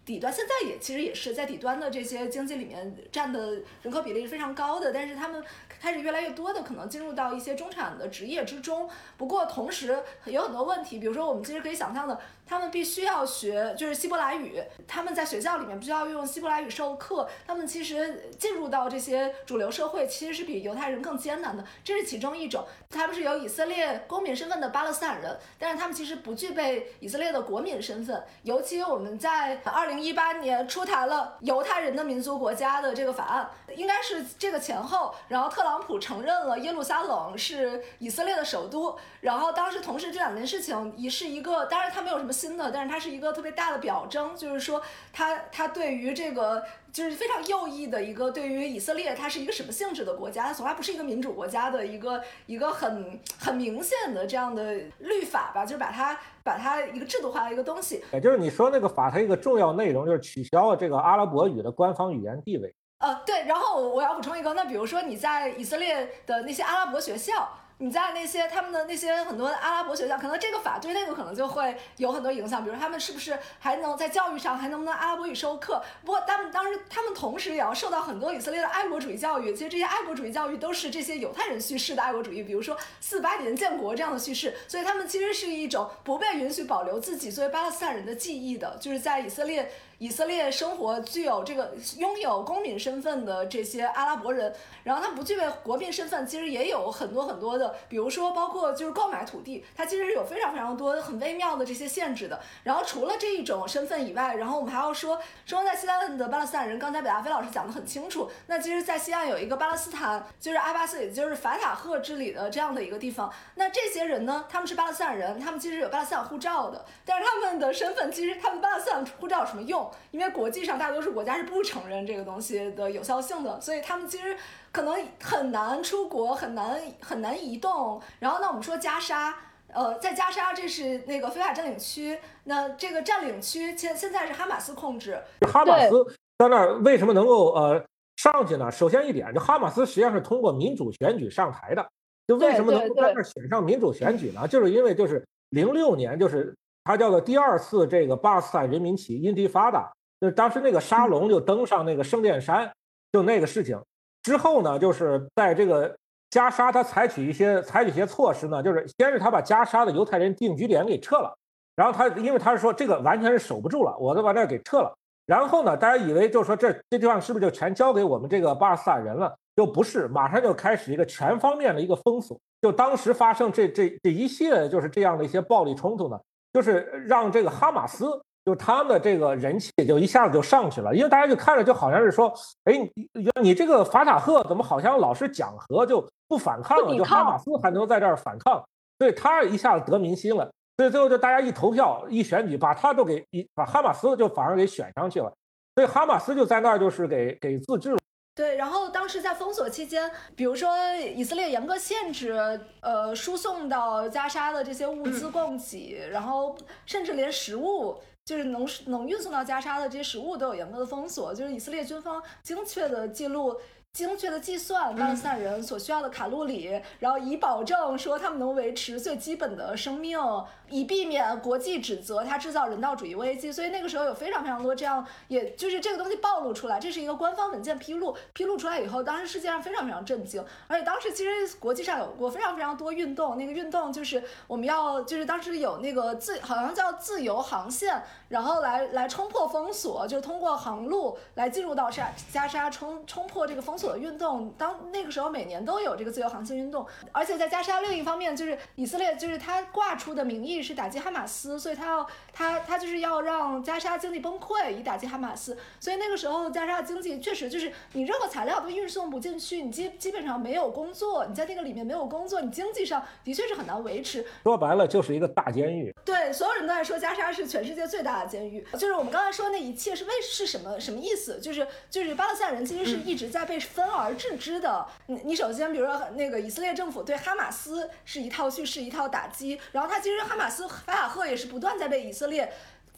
底端，现在其实也是在底端的这些经济里面占的人口比例是非常高的，但是他们开始越来越多的可能进入到一些中产的职业之中。不过同时有很多问题，比如说我们其实可以想象的，他们必须要学就是希伯来语，他们在学校里面必须要用希伯来语授课，他们其实进入到这些主流社会其实是比犹太人更艰难的，这是其中一种。他们是有以色列公民身份的巴勒斯坦人，但是他们其实不具备以色列的国民身份。尤其我们在2018年出台了犹太人的民族国家的这个法案，应该是这个前后，然后特朗普承认了耶路撒冷是以色列的首都，然后当时同时这两件事情也是一个，当然它没有什么新的，但是它是一个特别大的表征，就是说它对于这个就是非常右翼的一个，对于以色列它是一个什么性质的国家，它从来不是一个民主国家的一个很明显的这样的律法吧，就是把它一个制度化的一个东西。 也就是你说那个法，它一个重要内容就是取消这个阿拉伯语的官方语言地位。 对，然后我要补充一个，那比如说你在以色列的那些阿拉伯学校，你在那些他们的那些很多阿拉伯学校，可能这个法对那个可能就会有很多影响，比如他们是不是还能在教育上还能不能阿拉伯语授课？不过他们同时也要受到很多以色列的爱国主义教育，其实这些爱国主义教育都是这些犹太人叙事的爱国主义，比如说480年建国这样的叙事，所以他们其实是一种不被允许保留自己作为巴勒斯坦人的记忆的，就是在以色列生活具有这个拥有公民身份的这些阿拉伯人，然后他们不具备国民身份，其实也有很多的，比如说包括就是购买土地，它其实是有非常多很微妙的这些限制的。然后除了这一种身份以外，然后我们还要说在西岸的巴勒斯坦人，刚才北大飞老师讲得很清楚，那其实在西岸有一个巴勒斯坦，就是阿巴斯，也就是法塔赫治理的这样的一个地方。那这些人呢，他们是巴勒斯坦人，他们其实有巴勒斯坦护照的，但是他们的身份其实他们巴勒斯坦护照有什么用？因为国际上大多数国家是不承认这个东西的有效性的，所以他们其实可能很难出国，很难移动。然后呢，我们说加沙，在加沙这是那个非法占领区，那这个占领区现在是哈马斯控制。 哈马斯在那儿为什么能够上去呢？首先一点，就哈马斯实际上是通过民主选举上台的。就为什么能够在那儿选上民主选举呢？就是因为就是06年，就是它叫做第2次这个巴勒斯坦人民起义印提法达。就是当时那个沙龙就登上那个圣殿山，就那个事情之后呢，就是在这个加沙，他采取一些措施呢，就是先是他把加沙的犹太人定居点给撤了，然后因为他是说这个完全是守不住了，我都把这给撤了。然后呢，大家以为就是说这地方是不是就全交给我们这个巴勒斯坦人了？就不是，马上就开始一个全方面的一个封锁。就当时发生这一系列就是这样的一些暴力冲突呢，就是让这个哈马斯。就他们的这个人气就一下子就上去了，因为大家就看着就好像是说，哎，你这个法塔赫怎么好像老是讲和就不反抗了，就哈马斯还能在这儿反抗，所以他一下子得民心了，所以最后就大家一投票一选举，把他都把哈马斯就反而给选上去了，所以哈马斯就在那儿就是给自治了。 对，然后当时在封锁期间，比如说以色列严格限制输送到加沙的这些物资供给，然后甚至连食物。就是能运送到加沙的这些食物都有严格的封锁，就是以色列军方精确的计算巴勒斯坦人所需要的卡路里，然后以保证说他们能维持最基本的生命，以避免国际指责他制造人道主义危机。所以那个时候有非常多这样，也就是这个东西暴露出来，这是一个官方文件披露出来以后，当时世界上非常震惊，而且当时其实国际上有过非常多运动，那个运动就是我们要就是当时有那个好像叫自由航线，然后来冲破封锁，就是通过航路来进入到加沙冲破这个封锁的运动。那个时候每年都有这个自由航线运动，而且在加沙另一方面就是以色列就是他挂出的名义是打击哈马斯，所以他就是要让加沙经济崩溃以打击哈马斯，所以那个时候加沙经济确实就是你任何材料都运送不进去，你基本上没有工作，你在那个里面没有工作，你经济上的确是很难维持。 说白了就是一个大监狱。 对，所有人都在说加沙是全世界最大的监狱，就是我们刚才说那一切是什么意思？就是巴勒斯坦人其实是一直在被分而治之的。你首先比如说那个以色列政府对哈马斯是一套叙事一套打击，然后他其实哈马斯法塔赫也是不断在被以色列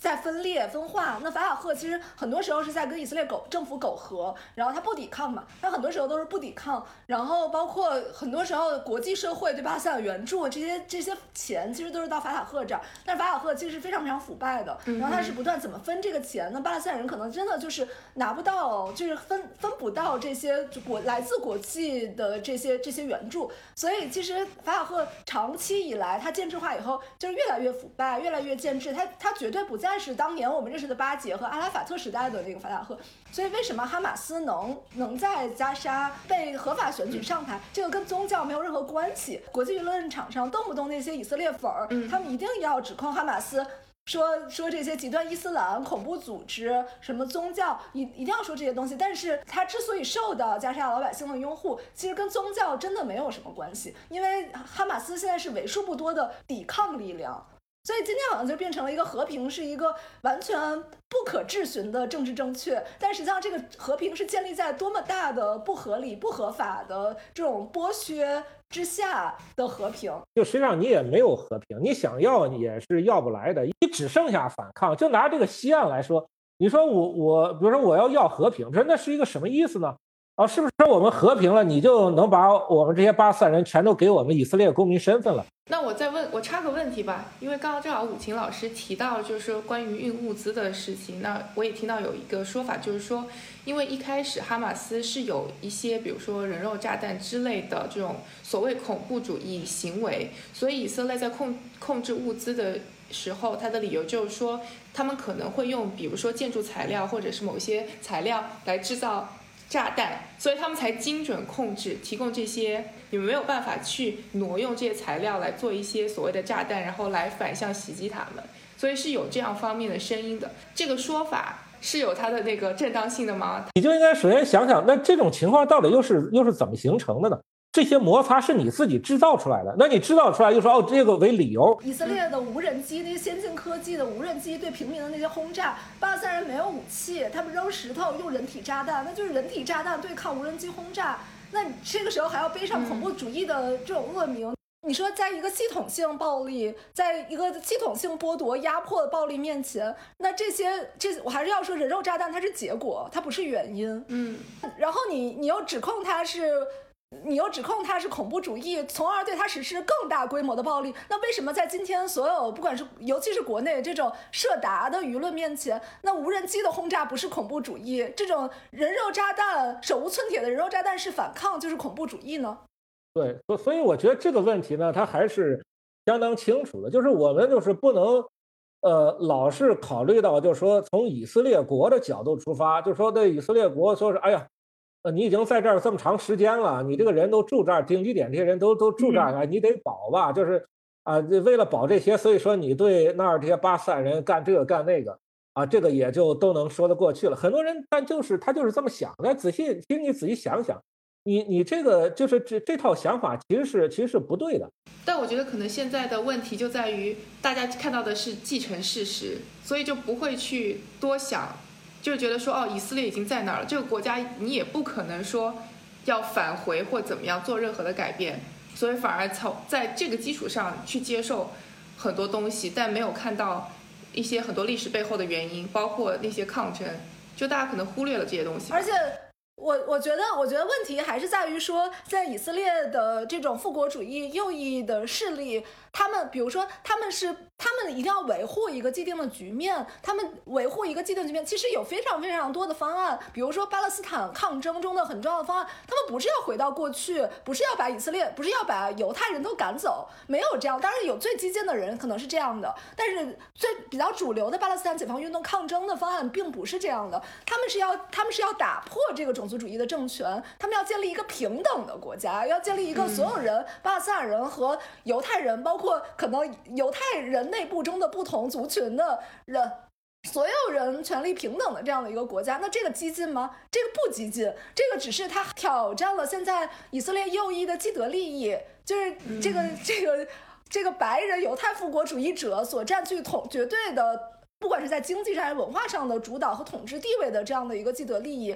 在分裂分化。那法塔赫其实很多时候是在跟以色列政府苟合，然后他不抵抗嘛，他很多时候都是不抵抗，然后包括很多时候国际社会对巴勒斯坦援助这些钱其实都是到法塔赫这儿，但是法塔赫其实是非常非常腐败的，然后他是不断怎么分这个钱，那巴勒斯坦人可能真的就是拿不到，就是分不到这些来自国际的这些援助，所以其实法塔赫长期以来他建制化以后就是越来越腐败，越来越建制，他绝对不再是当年我们认识的巴解和阿拉法特时代的那个法塔赫。所以为什么哈马斯能在加沙被合法选举上台，这个跟宗教没有任何关系。国际舆论场上动不动那些以色列粉儿，他们一定要指控哈马斯，说这些极端伊斯兰恐怖组织什么宗教，一定要说这些东西。但是他之所以受到加沙老百姓的拥护，其实跟宗教真的没有什么关系，因为哈马斯现在是为数不多的抵抗力量。所以今天好像就变成了一个和平是一个完全不可质询的政治正确，但实际上这个和平是建立在多么大的不合理不合法的这种剥削之下的和平。 就实际上你也没有和平，你想要你也是要不来的，你只剩下反抗。就拿这个西岸来说，你说我比如说我要和平，这那是一个什么意思呢？是不是我们和平了，你就能把我们这些巴勒斯坦人全都给我们以色列公民身份了？ 那我插个问题吧，因为刚刚正好武琴老师提到就是关于运物资的事情，那我也听到有一个说法，就是说因为一开始哈马斯是有一些比如说人肉炸弹之类的这种所谓恐怖主义行为，所以以色列在控制物资的时候，他的理由就是说他们可能会用比如说建筑材料或者是某些材料来制造炸弹，所以他们才精准控制提供这些，你们没有办法去挪用这些材料来做一些所谓的炸弹，然后来反向袭击他们，所以是有这样方面的声音的。这个说法是有它的那个正当性的吗？ 你就应该首先想想，那这种情况到底又是怎么形成的呢？这些摩擦是你自己制造出来的，那你制造出来又说这个为理由。 以色列的无人机，那些先进科技的无人机对平民的那些轰炸，巴勒斯坦人没有武器，他们扔石头用人体炸弹，那就是人体炸弹对抗无人机轰炸，那这个时候还要背上恐怖主义的这种恶名。你说在一个系统性暴力，在一个系统性剥夺压迫的暴力面前，那这我还是要说人肉炸弹它是结果，它不是原因。然后你又指控它是恐怖主义，从而对他实施更大规模的暴力。那为什么在今天所有不管是尤其是国内这种社达的舆论面前，那无人机的轰炸不是恐怖主义，这种人肉炸弹手无寸铁的人肉炸弹是反抗，就是恐怖主义呢？ 对，所以我觉得这个问题呢，它还是相当清楚的，就是我们就是不能老是考虑到就是说从以色列国的角度出发，就是说对以色列国说是哎呀，你已经在这儿这么长时间了，你这个人都住这儿，定居点这些人都住这儿，你得保吧，就是为了保这些，所以说你对那儿这些巴勒斯坦人干这个干那个这个也就都能说得过去了。很多人他就是这么想的，其实你仔细想想，你这个就是这套想法其实是不对的。 但我觉得可能现在的问题就在于大家看到的是既成事实，所以就不会去多想，就觉得说以色列已经在那儿了，这个国家你也不可能说要返回或怎么样做任何的改变，所以反而在这个基础上去接受很多东西，但没有看到一些很多历史背后的原因，包括那些抗争，就大家可能忽略了这些东西。 而且我觉得问题还是在于说，在以色列的这种复国主义右翼的势力，他们比如说他们一定要维护一个既定的局面，其实有非常非常多的方案，比如说巴勒斯坦抗争中的很重要的方案，他们不是要回到过去，不是要把犹太人都赶走，没有这样。当然有最激进的人可能是这样的，但是比较主流的巴勒斯坦解放运动抗争的方案并不是这样的，他们是要打破这个种族主义的政权，他们要建立一个平等的国家，要建立一个所有人，巴勒斯坦人和犹太人，包括可能犹太人内部中的不同族群的人，所有人权利平等的这样的一个国家。那这个激进吗？这个不激进，这个只是他挑战了现在以色列右翼的既得利益，就是这个白人犹太复国主义者所占据绝对的，不管是在经济上还是文化上的主导和统治地位的这样的一个既得利益。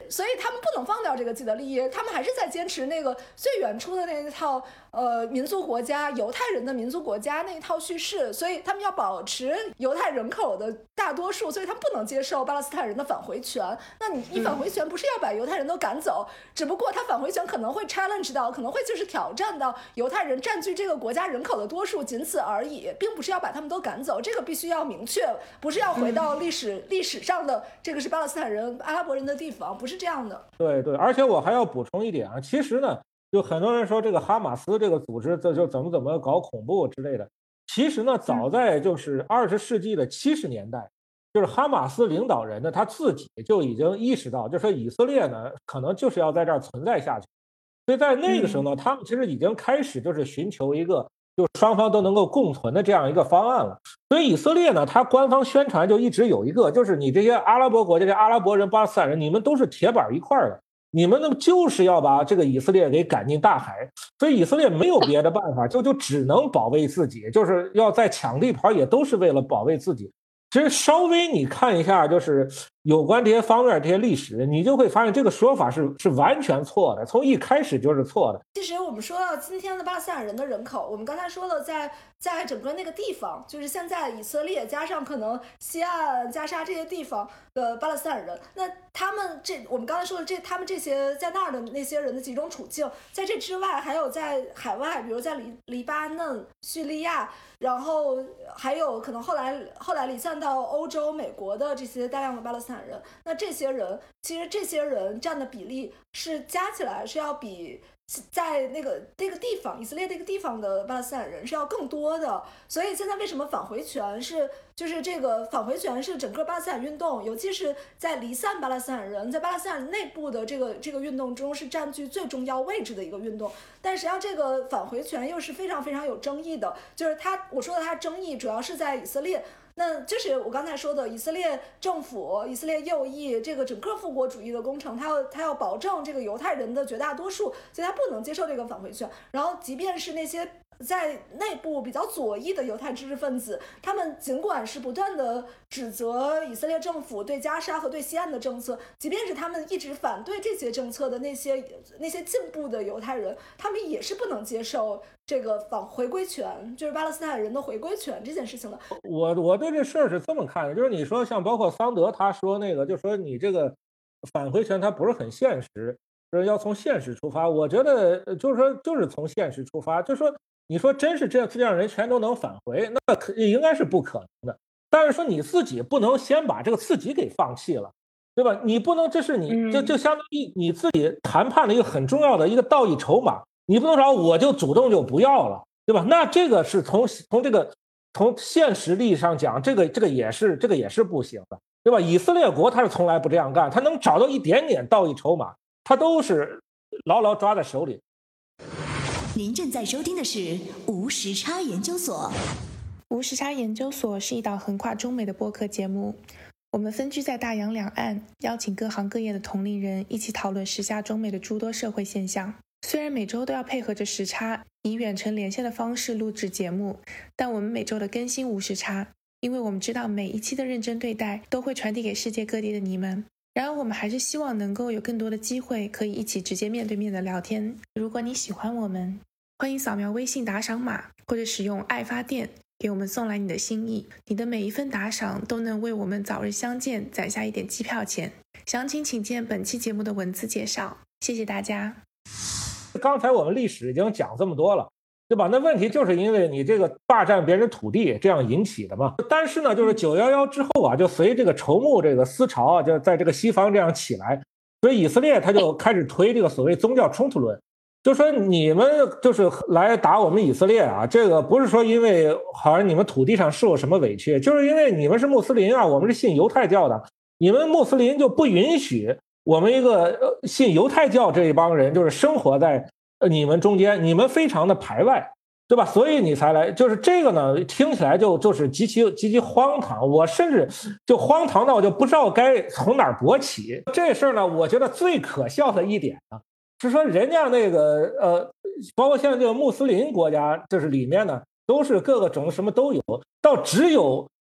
他们不能放掉这个既得利益，他们还是在坚持那个最原初的那一套民族国家，犹太人的民族国家那一套叙事，所以他们要保持犹太人口的大多数，所以他们不能接受巴勒斯坦人的返回权。那你返回权不是要把犹太人都赶走，只不过他返回权可能会 challenge 到，可能会就是挑战到犹太人占据这个国家人口的多数，仅此而已，并不是要把他们都赶走，这个必须要明确，不是要回到历史上的这个是巴勒斯坦人阿拉伯人的地方，不是这样的。 对对，而且我还要补充一点啊，其实呢，就很多人说这个哈马斯这个组织这就怎么搞恐怖之类的，其实呢，早在就是20世纪的70年代，就是哈马斯领导人呢他自己就已经意识到，就说以色列呢可能就是要在这儿存在下去，所以在那个时候呢，他们其实已经开始就是寻求一个就是双方都能够共存的这样一个方案了。所以以色列呢，它官方宣传就一直有一个，就是你这些阿拉伯国家的阿拉伯人、巴勒斯坦人，你们都是铁板一块的，你们呢就是要把这个以色列给赶进大海。所以以色列没有别的办法，就只能保卫自己，就是要在抢地盘，也都是为了保卫自己。其实稍微你看一下，就是有关这些方面这些历史，你就会发现这个说法是完全错的，从一开始就是错的。 其实我们说到今天的巴勒斯坦人的人口，我们刚才说了在整个那个地方，就是现在以色列加上可能西岸加沙这些地方的巴勒斯坦人，那他们我们刚才说的他们这些在那儿的那些人的集中处境，在这之外还有在海外，比如在黎巴嫩、叙利亚，然后还有可能后来离散到欧洲、美国的这些大量的巴勒斯坦人，那这些人其实这些人占的比例是加起来是要比在那个地方以色列那个地方的巴勒斯坦人是要更多的。所以现在为什么返回权就是这个返回权是整个巴勒斯坦运动，尤其是在离散巴勒斯坦人在巴勒斯坦内部的这个运动中是占据最重要位置的一个运动。但实际上这个返回权又是非常非常有争议的，就是我说的它争议主要是在以色列，那就是我刚才说的以色列政府、以色列右翼这个整个复国主义的工程，它要保证这个犹太人的绝大多数，所以它不能接受这个返回权。然后即便是那些在内部比较左翼的犹太知识分子，他们尽管是不断的指责以色列政府对加沙和对西岸的政策，即便是他们一直反对这些政策的那些进步的犹太人，他们也是不能接受这个回归权，就是巴勒斯坦人的回归权这件事情的。 我对这事儿是这么看的，就是你说像包括桑德他说那个，就说你这个返回权它不是很现实，就是要从现实出发。我觉得就是从现实出发，就是说你说真是这样人全都能返回，那应该是不可能的。但是说你自己不能先把这个自己给放弃了，对吧？你不能，这是你就相当于你自己谈判的一个很重要的一个道义筹码，你不能说我就主动就不要了，对吧？那这个是从现实利益上讲，这个也是不行的，对吧？以色列国他是从来不这样干，他能找到一点点道义筹码，他都是牢牢抓在手里。 您正在收听的是无时差研究所。 无时差研究所是一档横跨中美的播客节目，我们分居在大洋两岸，邀请各行各业的同龄人一起讨论时下中美的诸多社会现象。虽然每周都要配合着时差，以远程连线的方式录制节目，但我们每周的更新无时差，因为我们知道每一期的认真对待都会传递给世界各地的你们。然而我们还是希望能够有更多的机会可以一起直接面对面的聊天。如果你喜欢我们，欢迎扫描微信打赏码，或者使用爱发电给我们送来你的心意。你的每一份打赏都能为我们早日相见攒下一点机票钱。详情请见本期节目的文字介绍。谢谢大家。 刚才我们历史已经讲这么多了，对吧？那问题就是因为你这个霸占别人土地这样引起的嘛。但是呢，就是911之后啊，就随这个筹募这个思潮啊，就在这个西方这样起来，所以以色列他就开始推这个所谓宗教冲突论，就说你们就是来打我们以色列啊，这个不是说因为好像你们土地上受了什么委屈，就是因为你们是穆斯林啊，我们是信犹太教的，你们穆斯林就不允许我们一个信犹太教这一帮人就是生活在你们中间，你们非常的排外，对吧？所以你才来，就是这个呢，听起来就是极其荒唐，我甚至就荒唐到我就不知道该从哪儿驳起。这事儿呢，我觉得最可笑的一点呢，是说人家那个包括像这个穆斯林国家，就是里面呢都是各个种什么都有，到只有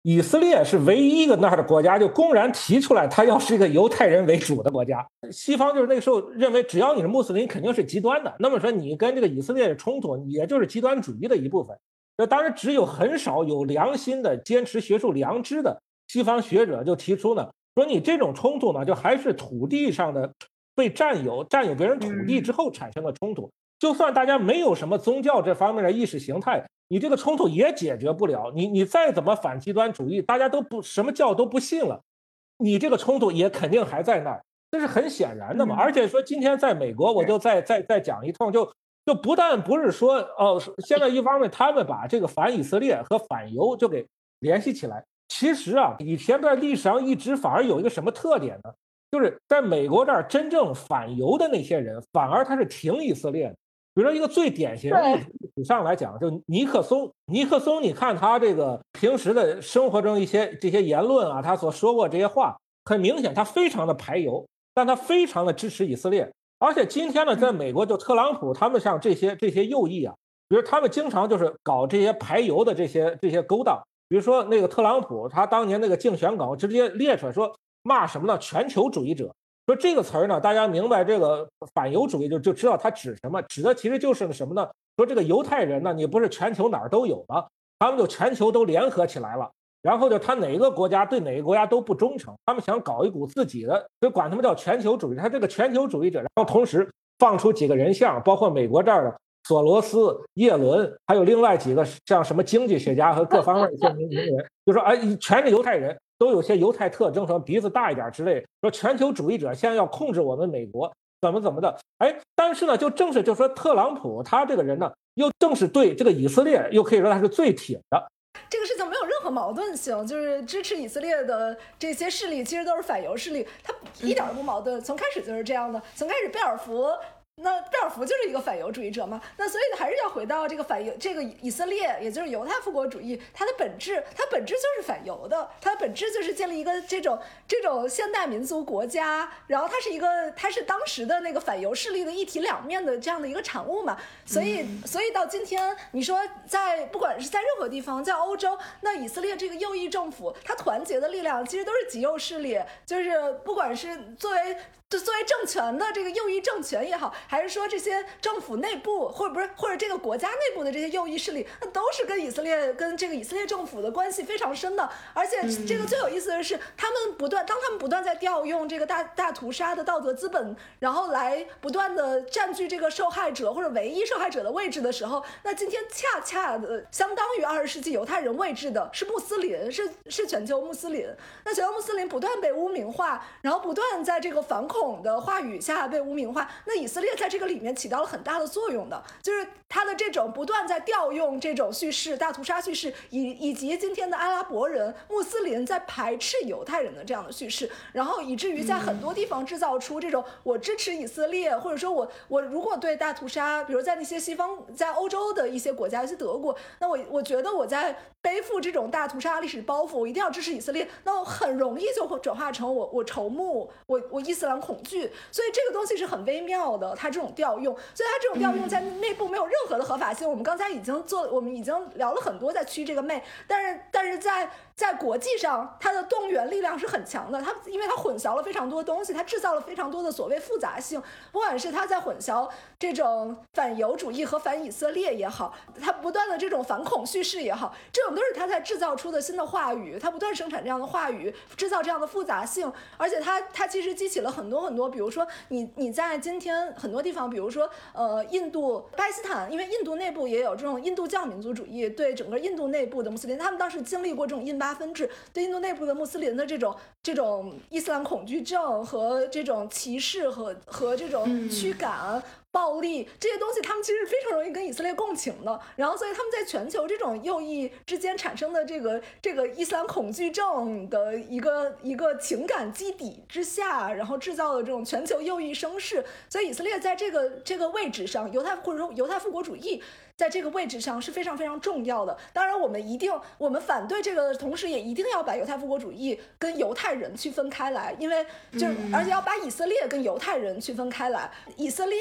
以色列是唯一一个那儿的国家就公然提出来他要是一个犹太人为主的国家。西方就是那个时候认为只要你是穆斯林肯定是极端的，那么说你跟这个以色列的冲突也就是极端主义的一部分。那当然只有很少有良心的坚持学术良知的西方学者就提出呢，说你这种冲突呢就还是土地上的被占有别人土地之后产生的冲突，就算大家没有什么宗教这方面的意识形态，你这个冲突也解决不了。你再怎么反极端主义，大家都不什么教都不信了，你这个冲突也肯定还在那儿，这是很显然的嘛。而且说今天在美国，我就再讲一通，就不但不是说现在一方面他们把这个反以色列和反犹就给联系起来，其实啊，以前在历史上一直反而有一个什么特点呢？就是在美国这儿真正反犹的那些人，反而他是挺以色列的。比如说一个最典型的历史上来讲，就尼克松，你看他这个平时的生活中这些言论啊，他所说过这些话，很明显他非常的排犹，但他非常的支持以色列。而且今天呢，在美国就特朗普他们像这些右翼啊，比如他们经常就是搞这些排犹的这些勾当。比如说那个特朗普他当年那个竞选稿直接列出来说骂什么呢？全球主义者。说这个词儿呢，大家明白这个反犹主义就知道它指什么，指的其实就是什么呢？说这个犹太人呢，你不是全球哪儿都有吗？他们就全球都联合起来了，然后就他哪个国家对哪个国家都不忠诚，他们想搞一股自己的，就管他们叫全球主义。他这个全球主义者，然后同时放出几个人像，包括美国这儿的索罗斯、耶伦，还有另外几个像什么经济学家和各方面一些名人，就说全是犹太人。都有些犹太特征，什么鼻子大一点之类，说全球主义者现在要控制我们美国，怎么的，但是呢，就说特朗普他这个人呢，又正是对这个以色列，又可以说他是最挺的。 这个事情没有任何矛盾性，就是支持以色列的这些势力其实都是反犹势力，他一点都不矛盾，从开始就是这样的。从开始贝尔福就是一个反犹主义者嘛，那所以还是要回到这个这个以色列，也就是犹太复国主义，它本质就是反犹的，它的本质就是建立一个这种现代民族国家，然后它是当时的那个反犹势力的一体两面的这样的一个产物嘛，所以到今天你说不管是在任何地方，在欧洲，那以色列这个右翼政府，它团结的力量其实都是极右势力，就是不管是作为政权的这个右翼政权也好，还是说这些政府内部或者这个国家内部的这些右翼势力，那都是跟以色列政府的关系非常深的。而且这个最有意思的是，当他们不断在调用这个大屠杀的道德资本，然后来不断的占据这个受害者或者唯一受害者的位置的时候，那今天恰恰的相当于20世纪犹太人位置的是穆斯林，是全球穆斯林。那全球穆斯林不断被污名化，然后不断在这个反恐的话语下被污名化，那以色列在这个里面起到了很大的作用的，就是他的这种不断在调用这种叙事，大屠杀叙事，以及今天的阿拉伯人、穆斯林在排斥犹太人的这样的叙事，然后以至于在很多地方制造出这种我支持以色列，或者说我如果对大屠杀，比如在那些在欧洲的一些国家，尤其德国，那我觉得我在背负这种大屠杀历史包袱，我一定要支持以色列，那我很容易就会转化成我仇目，我伊斯兰恐惧，所以这个东西是很微妙的，它这种调用，所以它这种调用在内部没有任何的合法性。我们刚才我们已经聊了很多在驱这个魅，但是在国际上，它的动员力量是很强的。因为它混淆了非常多东西，它制造了非常多的所谓复杂性，不管是它在混淆这种反犹主义和反以色列也好，它不断的这种反恐叙事也好，这种都是它在制造出的新的话语，它不断生产这样的话语，制造这样的复杂性，而且它其实激起了很多很多，比如说你在今天很多地方，比如说印度、巴基斯坦，因为印度内部也有这种印度教民族主义，对整个印度内部的穆斯林，他们当时经历过这种印巴分治，对印度内部的穆斯林的这种伊斯兰恐惧症和这种歧视和这种驱赶。暴力这些东西，他们其实非常容易跟以色列共情的，然后所以他们在全球这种右翼之间产生的这个伊斯兰恐惧症的一个情感基底之下，然后制造的这种全球右翼声势，所以以色列在这个位置上，犹太复国主义在这个位置上是非常非常重要的。当然我们反对这个，同时也一定要把犹太复国主义跟犹太人区分开来，因为而且要把以色列跟犹太人区分开来，以色列以及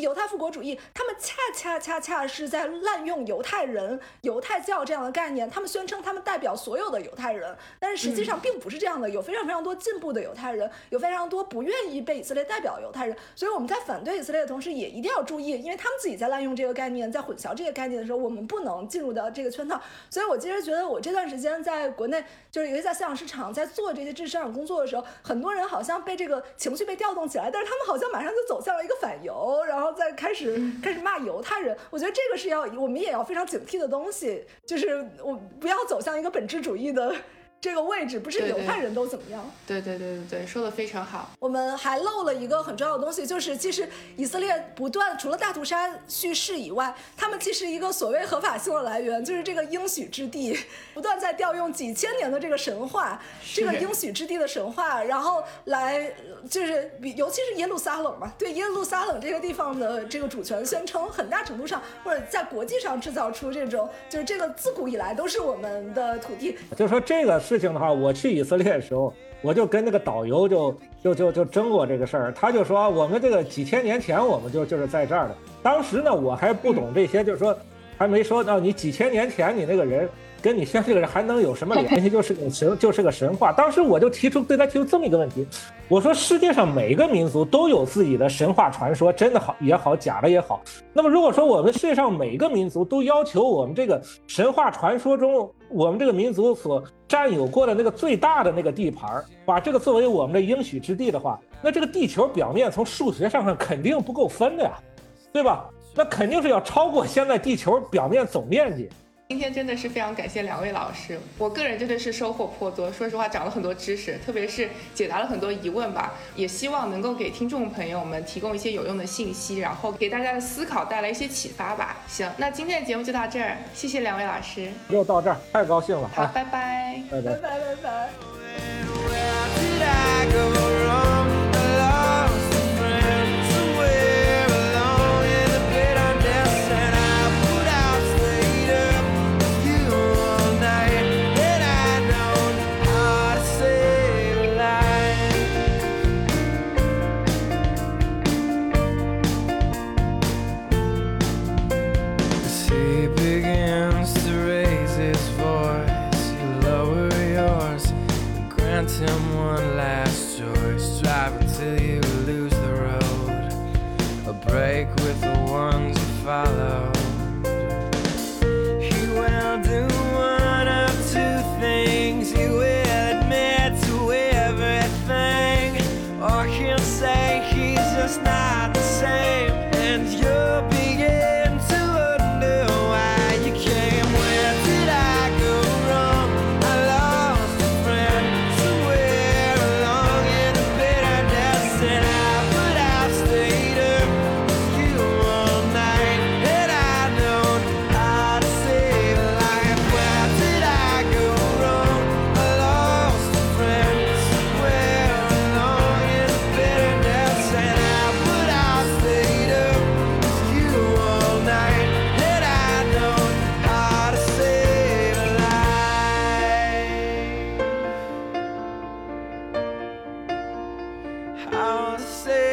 犹太复国主义，他们恰恰是在滥用犹太人、犹太教这样的概念，他们宣称他们代表所有的犹太人，但是实际上并不是这样的，有非常多进步的犹太人，有非常多不愿意被以色列代表的犹太人，所以我们在反对以色列的同时也一定要注意，因为他们自己在滥用这个概念，在混淆这个概念的时候，我们不能进入到这个圈套。所以我其实觉得我这段时间在国内，就是尤其在饲养市场，在做这些知识生产工作的时候，很多人好像被这个情绪被调动起来，但是他们好像马上就走向了一个反犹，然后再开始骂犹太人。我觉得这个是我们也要非常警惕的东西，就是我不要走向一个本质主义的这个位置，不是犹太人都怎么样。 对，说得非常好。 我们还漏了一个很重要的东西，就是其实以色列不断除了大屠杀叙事以外，他们其实一个所谓合法性的来源就是这个应许之地，不断在调用几千年的这个神话，这个应许之地的神话，然后来就是尤其是耶路撒冷嘛，对耶路撒冷这个地方的这个主权宣称，很大程度上或者在国际上制造出这种就是这个自古以来都是我们的土地。 就说这个事情的话，我去以色列的时候，我就跟那个导游就争过这个事儿，他就说我们这个几千年前我们就是在这儿的。当时呢我还不懂这些，就是说还没说到你几千年前你那个人跟你现在这个人还能有什么联系，就是个神话。当时我就对他提出这么一个问题，我说世界上每个民族都有自己的神话传说，真的好也好，假的也好。那么如果说我们世界上每个民族都要求我们这个神话传说中我们这个民族所占有过的那个最大的那个地盘，把这个作为我们的应许之地的话，那这个地球表面从数学上看肯定不够分的呀，对吧？那肯定是要超过现在地球表面总面积。 今天真的是非常感谢两位老师，我个人真的是收获颇多，说实话长了很多知识，特别是解答了很多疑问吧，也希望能够给听众朋友们提供一些有用的信息，然后给大家的思考带来一些启发吧。行，那今天的节目就到这儿，谢谢两位老师。 又到这儿，太高兴了。 好，拜拜。 拜拜。 拜拜。 him one last choice. Drive until you lose the road, a break with the ones you follow. He will do one of two things. He will admit to everything, or he'll say he's just not the same, and you'll begin to wonder why you came. Where did I go wrong? I lost a friend somewhere along in the bitterness, and I've stayed up with you all night, and I've known how to save a life. Where did I go wrong? I lost a friend somewhere along in the bitterness, and I've stayed up with you all night, and I've known how to save a life. How to save